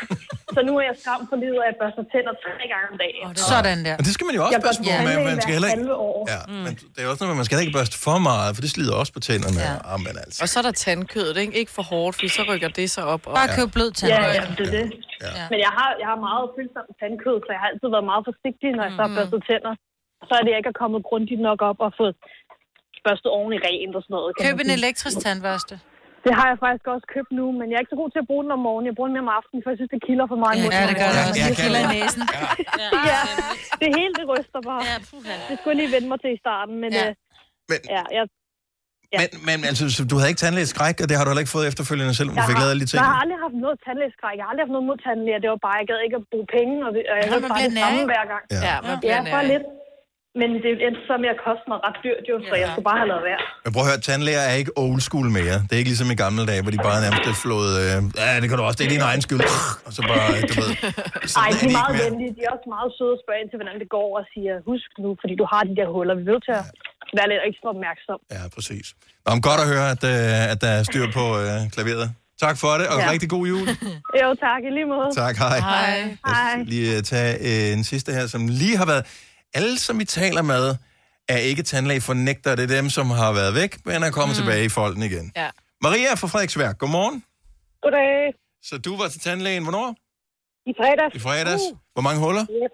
Så nu er jeg skræmt for livet af at børste tænder tre gange om dagen. Sådan der. Men det skal man jo også Jeg går passe på, til man, tandlægen man skal hver heller ikke... halve år. Ja, men det er også noget, man skal ikke børste for meget, for det slider også på tænderne. Ja. Ja. Men altså. Og så er der tandkødet, ikke? Ikke for hårdt, for så rykker det sig op. Og... Bare køb blød Ja, tandbørste. ja, det er det. Ja. Men jeg har, jeg har meget følsomt tandkød, så jeg har altid været meget forsigtig, når jeg så har børstet tænder. Så er det, jeg ikke er kommet grundigt nok op og fået børstet ordentligt rent og sådan noget. kan Køb man en sige. elektrisk tandbørste. Det har jeg faktisk også købt nu, men jeg er ikke så god til at bruge den om morgenen. Jeg bruger den mere om aftenen, for jeg synes, det kilder for meget i munden. Ja, det gør det Ja, også. jeg Det kan kilder i det. næsen. Ja, det hele det ryster bare. Ja, puha. Det skulle jeg lige vende mig til i starten, men Ja. ja, Men, ja jeg, ja. men, men altså, så du havde ikke tandlægeskræk, og det har du heller ikke fået efterfølgende, selvom du jeg, fik har, lavet alle de ting? jeg har aldrig haft noget tandlægeskræk. Jeg har aldrig haft noget mod tandlæger. Det var bare, jeg gad ikke at bruge penge, og, det, og jeg Ja, havde man bare bliver det samme nær, hver gang. Ja. Ja, man Ja, bliver bare nær. lidt. Men det endte så med at koste mig ret dyrt, jo, så jeg skulle bare have lavet værd. Men prøv at høre, tandlæger er ikke old school mere. Det er ikke ligesom i gamle dage, hvor de bare nærmest er flået... Øh, ja, det kan du også, det er din egen skyld. Og så bare, du ved... Ej, de er ikke meget mere. venlige. De er også meget søde og spørger ind til, hvordan det går, og siger, husk nu, fordi du har de der huller. Vi er nødt til at være lidt ekstra opmærksom. Ja, præcis. Nå, men godt at høre, at, øh, at der er styr på øh, klaveret. Tak for det, og Ja. rigtig god jul. Jo, tak. I lige måde. Tak, hej. Hej. Jeg skal lige øh, tage øh, en sidste her, som lige har været... Alle, som vi taler med, er ikke tandlæge fornægter. Det er dem, som har været væk, men er kommet mm. tilbage i folden igen. Ja. Maria fra Frederiksværk, godmorgen. Goddag. Så du var til tandlægen, hvornår? I fredags. I fredags. Uh. Hvor mange huller? Yep.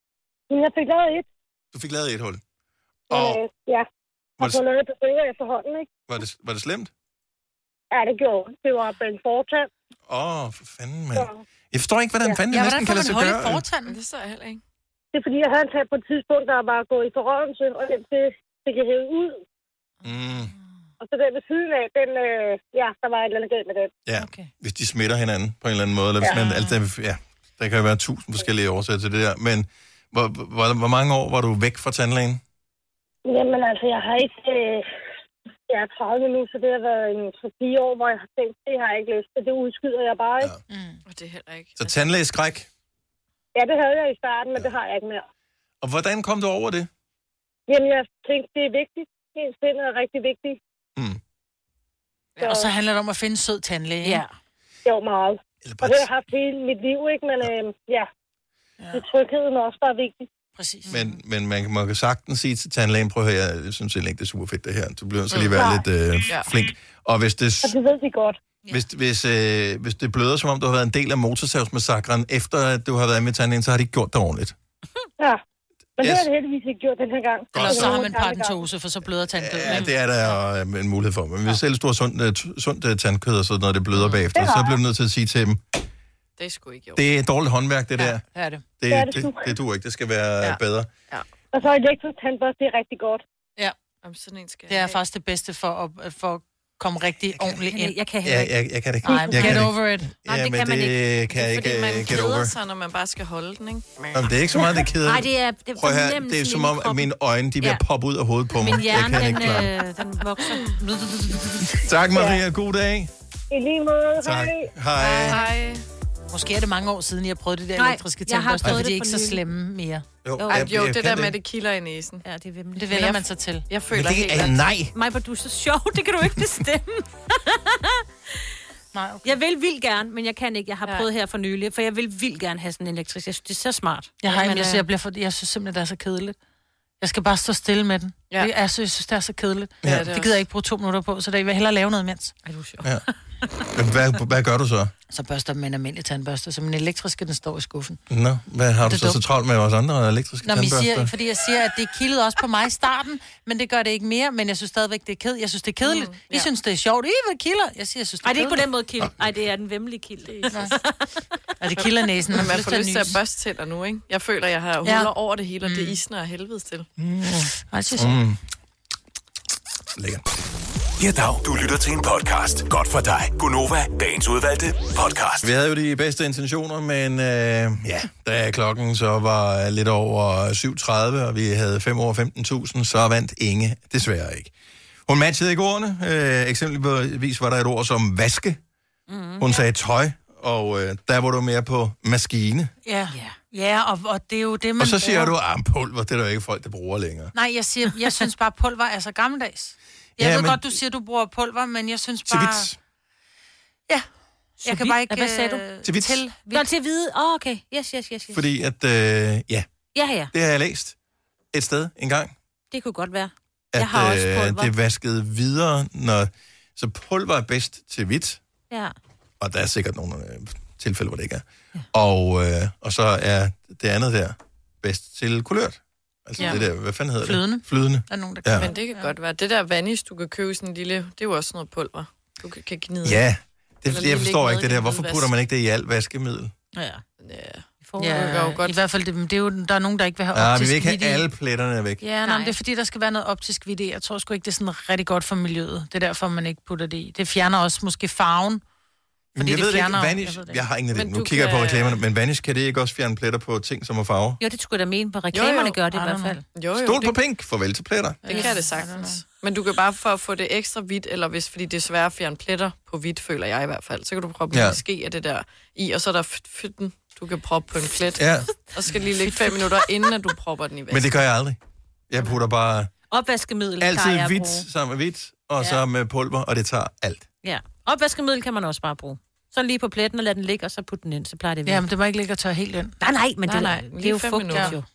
Jeg fik lavet et. Du fik lavet et hul. Og... Og Øh, ja. var Og så det, lavede det stykker efterhånden, ikke? var det, var det slemt? Ja, det gjorde ondt. Det var en fortand. Åh, oh, for fanden, mand. Jeg forstår ikke, hvordan fanden det Ja, næsten hvordan kan får lade man sig hul i gøre. fortanden? Det så jeg heller ikke. Det er fordi, jeg havde en tand på et tidspunkt, der var gået i forrørelse, og den det fik jeg hævet ud. Mm. Og så den ved siden af, den, øh, ja, der var et eller andet galt med den. Ja, okay. Hvis de smitter hinanden på en eller anden måde. Eller hvis Ja. man, altså, ja, der kan jo være tusind forskellige årsager til det der. Men hvor, hvor, hvor mange år var du væk fra tandlægen? Jamen altså, jeg har ikke... Øh, jeg er tredive nu, så det har været en fire år, hvor jeg har tænkt, det har jeg ikke lyst til. Det udskyder jeg bare, ikke? Ja. Mm. Og det er heller ikke. Så tandlægeskræk. Ja, det havde jeg i starten, men ja. det har jeg ikke mere. Og hvordan kom du over det? Jamen, jeg tænkte, det er vigtigt. Ens sind er rigtig vigtigt. Mm. Ja, og så handler det om at finde en sød tandlæge. Ja. Jo, meget. Og det har jeg haft hele mit liv, ikke? Men øh, ja, ja. Det er trygheden også, der er vigtig. Præcis. Men, men man må jo sagtens sige til tandlægen, prøv at høre, jeg synes egentlig ikke, det er super fedt det her. Du bliver så lige være lidt øh, Ja. flink. Og hvis det, Og det ved de godt. hvis, hvis, øh, hvis det bløder, som om du har været en del af motorsavsmassakren, efter at du har været med tandlægen, så har de ikke gjort det ordentligt. Ja. Men det Yes. har det heldigvis ikke gjort den her gang. Eller så har man Det var paradentose, for så bløder tandkødet. Ja, det er der øh, en mulighed for. Men hvis selv du har sundt, øh, t- sundt øh, tandkød og sådan noget, det bløder bagefter, Det har så jeg. bliver du nødt til at sige til dem, Det er sgu ikke jo. det er dårligt håndværk, det der. Ja, det. Det, Det er det, det det, sgu. det duer ikke. Det skal være Ja. ja. bedre. Ja. Og så elektrisk tandbørste, det er rigtig godt. Ja. Om sådan en skal Det er faktisk det bedste for at, for at komme rigtig ordentligt ind. Jeg kan Ja, jeg, jeg kan det ikke. Nej, jeg get kan det over it. ikke. Nej, Ja, det men kan man det ikke. kan jeg Fordi ikke man uh, get over. keder sig, når man bare skal holde den, ikke? Jamen, det er ikke så meget, det keder. Nej, det er... Det er Prøv her, det er fornemmelsen som inde i om, at kroppen. mine øjne, de er ved at Ja. poppe ud af hovedet på mig. Min Jeg hjerne, kan den, ikke klare. øh, den vokser. Tak, Maria. God dag. I lige måde, Tak. hej. Hej. Hej. Måske er det mange år siden, jeg prøvede det der Nej, elektriske jeg har tandbørster, prøvet fordi de det er ikke for så nylig. slemme mere. Jo, Jo, jeg- jo jeg det kan der med, det kilder i næsen. Ja, det er vemmeligt. Det vender man sig til. Jeg føler Men det helt, er at... nej. Majbert, du er så sjov. Det kan du ikke bestemme. Nej, okay. Jeg vil vildt gerne, men jeg kan ikke. Jeg har Ja. prøvet her for nylig, for jeg vil vildt gerne have sådan en elektrisk. Jeg synes, det er så smart. Jeg, har, Men, men, jeg, øh, jeg, bliver for, jeg synes simpelthen, det er så kedeligt. Jeg skal bare stå stille med den. Ja. Ja. Det, jeg, synes, jeg synes, det er så kedeligt. Ja, Ja, det det, er det gider jeg ikke bruge to minutter på, så der vil jeg hellere lave noget imens. Ej, du er sjov. Ja. Men hvad, hvad gør du så? Så børster man en almindelig tandbørste, så min elektriske, den står i skuffen. Nå, hvad har du Det er så så dumt. travlt med vores andre elektriske Nå, men I tandbørster? siger, fordi jeg siger, at det kildede også på mig i starten, men det gør det ikke mere, men jeg synes stadigvæk, det er kedeligt. Jeg synes, det er kedeligt. Mm, ja. I synes, det er sjovt. I hvad kilder? Jeg siger, jeg synes, det er Ej, det er ikke på kedeligt. den måde kild. Nej, det er den vemmelige kild. Og det kilder næsen. Men man lyst får til lyst til at nys. børste tænder nu, ikke? Jeg føler, jeg har huller over det hele, og det isner af helvedes til. Mm. Ej, det synes jeg. Mm. Lækkert. Ja, dag. Du lytter til en podcast. Godt for dig. Gunova, dagens udvalgte podcast. Vi havde jo de bedste intentioner, men øh, ja, da klokken så var lidt over syv tredive, og vi havde fem over femten tusind, så vandt Inge desværre ikke. Hun matchede ikke ordene. Øh, eksempelvis var der et ord som vaske. Mm, Hun sagde tøj, og øh, der var du mere på maskine. Ja, ja og, og det er jo det, man Og så siger bruger. du, ah, pulver, det er der jo ikke folk, der bruger længere. Nej, jeg siger, jeg synes bare, pulver er så gammeldags. Jeg Ja, ja, ved men- godt, du siger, du bruger pulver, men jeg synes Til bare... vits. Ja, jeg kan bare ikke... Hvad sagde du? øh, Til vits. Til Nå, til at vide. Åh, oh, okay. Yes, yes, yes, yes. Fordi at, øh, ja, Ja, ja. det har jeg læst et sted engang. Det kunne godt være. At Jeg har også øh, pulver. det vaskede videre, når... Så pulver er bedst til hvidt, Ja. og der er sikkert nogle øh, tilfælde, hvor det ikke er. Ja. Og, øh, og så er det andet der bedst til kulørt. Altså Ja. ja. det der, hvad fanden hedder Flydende. det? Flydende. Der er nogen, der Ja. Men det kan godt være. Det der vanish, du kan købe sådan en lille... Det er jo også noget pulver. Du kan, kan gnide. Ja, det, Eller lige jeg forstår lægge ikke noget det i der. din Hvorfor hvidvask. putter man ikke det i alt vaskemiddel? Ja. Ja. Ja, jo godt. i hvert fald, det, det er jo, der er nogen, der ikke vil have Ja, vi optisk vil ikke hvidt i. have alle pletterne væk. Ja, nej, men det er fordi, der skal være noget optisk hvidt i. Jeg tror sgu ikke, det er sådan rigtig godt for miljøet. Det er derfor, man ikke putter det i. Det fjerner også måske farven. Men Fordi jeg det ved det ikke, fjerner... vanish, jeg, ved det jeg ikke. har ingen idé. Men Nu du kigger jeg på kan- reklamerne, men vanish, kan det ikke også fjerne pletter på ting som er farve? Jo, det skulle jeg da mene på reklamerne Jo, jo. gør det i I hvert don't fald. Jo, jo, Stol på det, pink, farvel til pletter. det kan det sagtens. Men du kan bare for at få det ekstra hvidt, eller hvis, fordi det er svært at fjerne pletter på hvidt, føler jeg i hvert fald, så kan du proppe Ja. ja. en ske af det der i, og så er der fytten, du kan proppe på en plet. Ja. Og så skal det lige ligge fem minutter, inden at du propper den i vasken. Men det gør jeg aldrig. Jeg putter bare Opvaskemiddel kan altid jeg hvidt bruge. sammen med hvidt, og Ja. så med pulver, og det tager alt. Ja. Opvaskemiddel kan man også bare bruge. Så lige på pletten og lad den ligge, og så putte den ind, så plejer det Ja, men det må ikke ligge og tørre helt ind. Nej, nej, men Nej, det, nej, det er lige jo fem fugt, minutter. jo.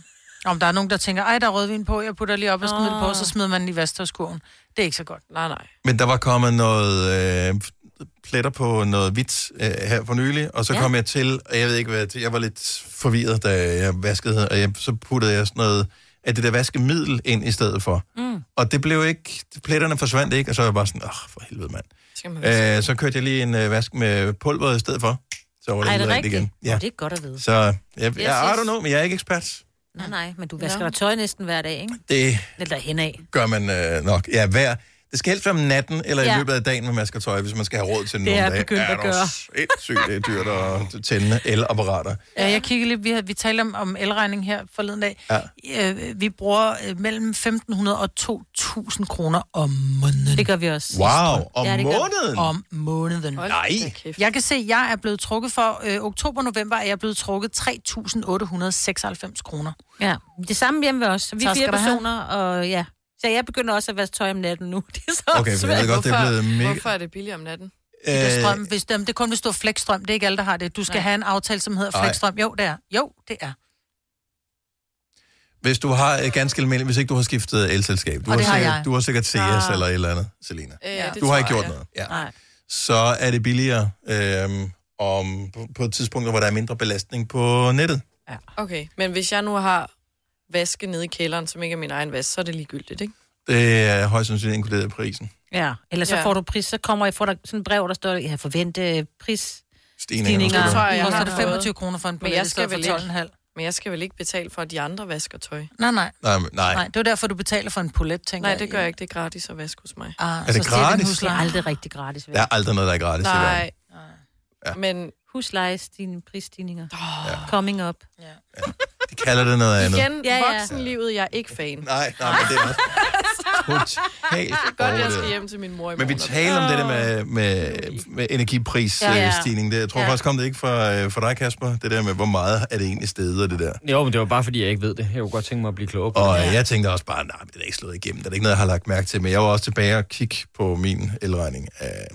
Om der er nogen, der tænker, ej, der er rødvin på, jeg putter lige op og smider Åh. på, så smider man den i vasketøjskurven. Det er ikke så godt. Nej, nej. Men der var kommet noget øh, pletter på noget hvidt øh, her for nylig, og så Ja. ja. kom jeg til, og jeg ved ikke hvad, jeg var lidt forvirret, da jeg vaskede, og jeg, så puttede jeg sådan noget af det der vaskemiddel ind i stedet for. Mm. Og det blev ikke, pletterne forsvandt ikke, og så var jeg bare sådan, åh, for helvede mand. Skal man Øh, så kørte jeg lige en øh, vask med pulver i stedet for, så var det, Ej, er det rent rigtigt? igen. Ja. Ja. Det er godt at vide. Så jeg, jeg, Yes, jeg, I yes. don't know, men jeg er ikke ekspert. Nej, nej, men du vasker Nå. dig tøj næsten hver dag, ikke? Det Eller henad. gør man øh, nok. Ja, hver. Det skal helst være om natten, eller ja. Ja. i løbet af dagen, man vasker tøj, hvis man skal have råd til Det nogle er dage. begyndt at er gøre. Sindssygt, det er dyrt at tænde elapparater. Ja, jeg kiggede lidt, vi, havde, vi talte om, om elregning her forleden dag. Ja. Øh, vi bruger øh, mellem femten hundrede og to tusind kroner om måneden. Det gør vi også. Wow, om Ja, det gør- måneden? Om måneden. Nej. Jeg kan se, at jeg er blevet trukket for øh, oktober-november, er jeg blevet trukket tre tusind otte hundrede seksoghalvfems kroner. Ja, det samme hjemme ved os. Så vi er Tak fire skal du have. personer, og ja. Så jeg begynder også at vaske tøj om natten nu. Det er så Okay, for jeg ved godt, det er Hvorfor, blevet mega... hvorfor er det billigt om natten? Det er Øh, strøm, hvis det, det er kun, hvis du har flexstrøm. Det er ikke alle, der har det. Du skal Nej. have en aftale, som hedder Nej. flexstrøm. Jo, det er. Jo, det er. Hvis du har øh, ganske almindeligt, hvis ikke du har skiftet elselskab, du, Og det har sikkert, jeg. du har sikkert C S Ah. eller et eller andet, Selina. Øh, Ja. det Du har tror ikke gjort jeg. noget. Ja. Nej. Så er det billigere øhm, om, på, på et tidspunkt, hvor der er mindre belastning på nettet. Okay, men hvis jeg nu har vaske nede i kælderen, som ikke er min egen vask, så er det ligegyldigt, ikke? Det er højst sandsynligt inkluderet i prisen. Ja, eller så Ja. får du pris, så kommer jeg får der sådan en brev, der står, jeg har forventet pris. Stigninger. Stigninger. Det tror jeg, jeg Koster har det fået. femogtyve kroner for en Men billet, jeg i skal stedet for vel tolv ikke, komma fem. men jeg skal vel ikke betale for, at de andre vasker tøj? Nej, nej. Nej, men- nej. Nej, det er derfor, du betaler for en polet, tænker Nej, jeg. det gør jeg ikke. Det er gratis at vaske hos mig. Ah, Er det så stiger den gratis? Det er husleje. aldrig rigtig gratis. Der er aldrig noget, der er gratis i verden. Nej, Ja. men Husleje, dine prisstigninger. Oh. Coming up. De kalder det noget andet. igen, Ja, ja. voksenlivet, jeg er ikke fan. Nej, nej, men det er også totalt Godt, jeg skal overdrevet. hjem til min mor i Men vi morgen. taler om det der med, med, med energiprisstigning. Det, jeg tror Ja. faktisk kom det ikke fra, fra dig, Kasper. Det der med, hvor meget er det egentlig stedet og det der. Jo, men det var bare, fordi jeg ikke ved det. Jeg kunne godt tænke mig at blive klogere på Og det. jeg tænkte også bare, nej, det er ikke slået igennem. Det er ikke noget, jeg har lagt mærke til. Men jeg var også tilbage og kigge på min elregning.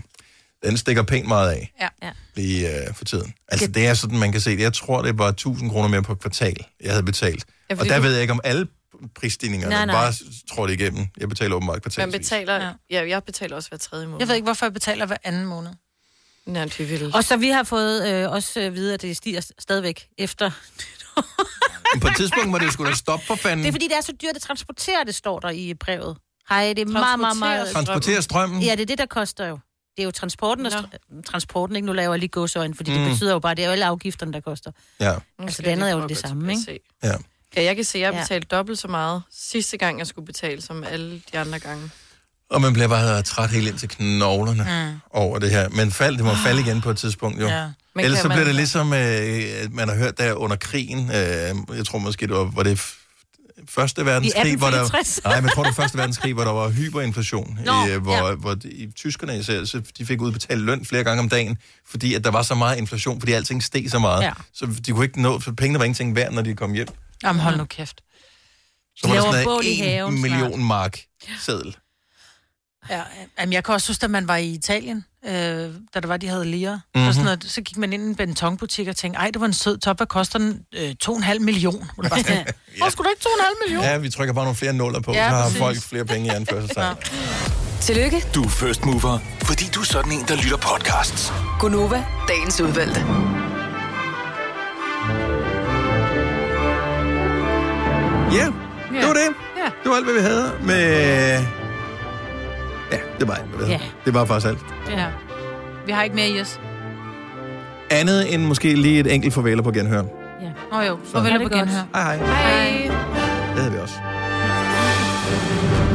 Den stikker pænt meget af Ja. ja. lige uh, for tiden. Altså, det er sådan, man kan se det. Jeg tror, det var tusind kroner mere på et kvartal, jeg havde betalt. Ja, Og fordi der du- ved jeg ikke, om alle prisstigningerne Nej, nej. bare tror det igennem. Jeg betaler åbenbart Man kvartalsvis. betaler, ja. ja, jeg betaler også hver tredje måned. Jeg ved ikke, hvorfor jeg betaler hver anden måned. Nej, det er vildt. Og så vi har fået øh, også at vide, at det stiger stadigvæk efter. Men på et tidspunkt må det jo sgu da stoppe for fanden. Det er fordi, det er så dyrt at transportere, det står der i brevet. Hej, det er meget, meget, meget... Transportere strømmen? Ja, det er det, der koster jo. Det er jo transporten, og str- transporten, ikke? Nu laver jeg lige gåseøjne, fordi det Mm. betyder jo bare, det er jo alle afgifterne, der koster. Ja. Altså, det andet er jo det samme, ikke? Ja. Ja, jeg kan se, at jeg har Ja. betalt dobbelt så meget sidste gang, jeg skulle betale, som alle de andre gange. Og man bliver bare træt helt ind til knoglerne mm. over det her. Men fald, det må falde igen på et tidspunkt, jo. Ja. Men Ellers kan så bliver man- det ligesom, øh, man har hørt der under krigen, øh, jeg tror måske, det var, var det f- Første verdenskrig, hvor der, atten fireogtres. nej, men jeg tror, det var første verdenskrig, hvor der var hyperinflation, Nå, i, øh, hvor, ja. hvor de, i tyskerne især, så de fik udbetalt løn flere gange om dagen, fordi at der var så meget inflation, fordi alting steg så meget. Ja. Så de kunne ikke nå, for pengene var ingenting værd, når de kom hjem. Jamen, hold nu kæft. Så var der Laver sådan bål i en haven million snart. mark seddel. Ja, jamen, jeg kan også huske, at man var i Italien, øh, da der var, de havde lire. Mhm. Mm-hmm. Sådan noget, så gik man ind i en betonbutik og tænkte, ej, det var en sød top, hvad koster den? Øh, to og en halv million. Hvor det bare sådan, Hvor skulle du ikke to og en halv million? Ja, vi trykker bare nogle flere nuller på, Ja, så har præcis. folk flere penge i anførselstegn. Tillykke, Du er first mover, fordi du er sådan en, der lytter podcasts. Gunova, dagens udvalgte. Ja, det var det. Ja. Det var alt, hvad vi havde med... Ja, det var alt, hvad vi havde. Ja. Det var faktisk alt. Ja. Vi har ikke mere i os. Andet end måske lige et enkelt farveler på genhør. Ja. Åh oh, jo, farvel på genhør. Hej hej. Hej. Det havde vi også.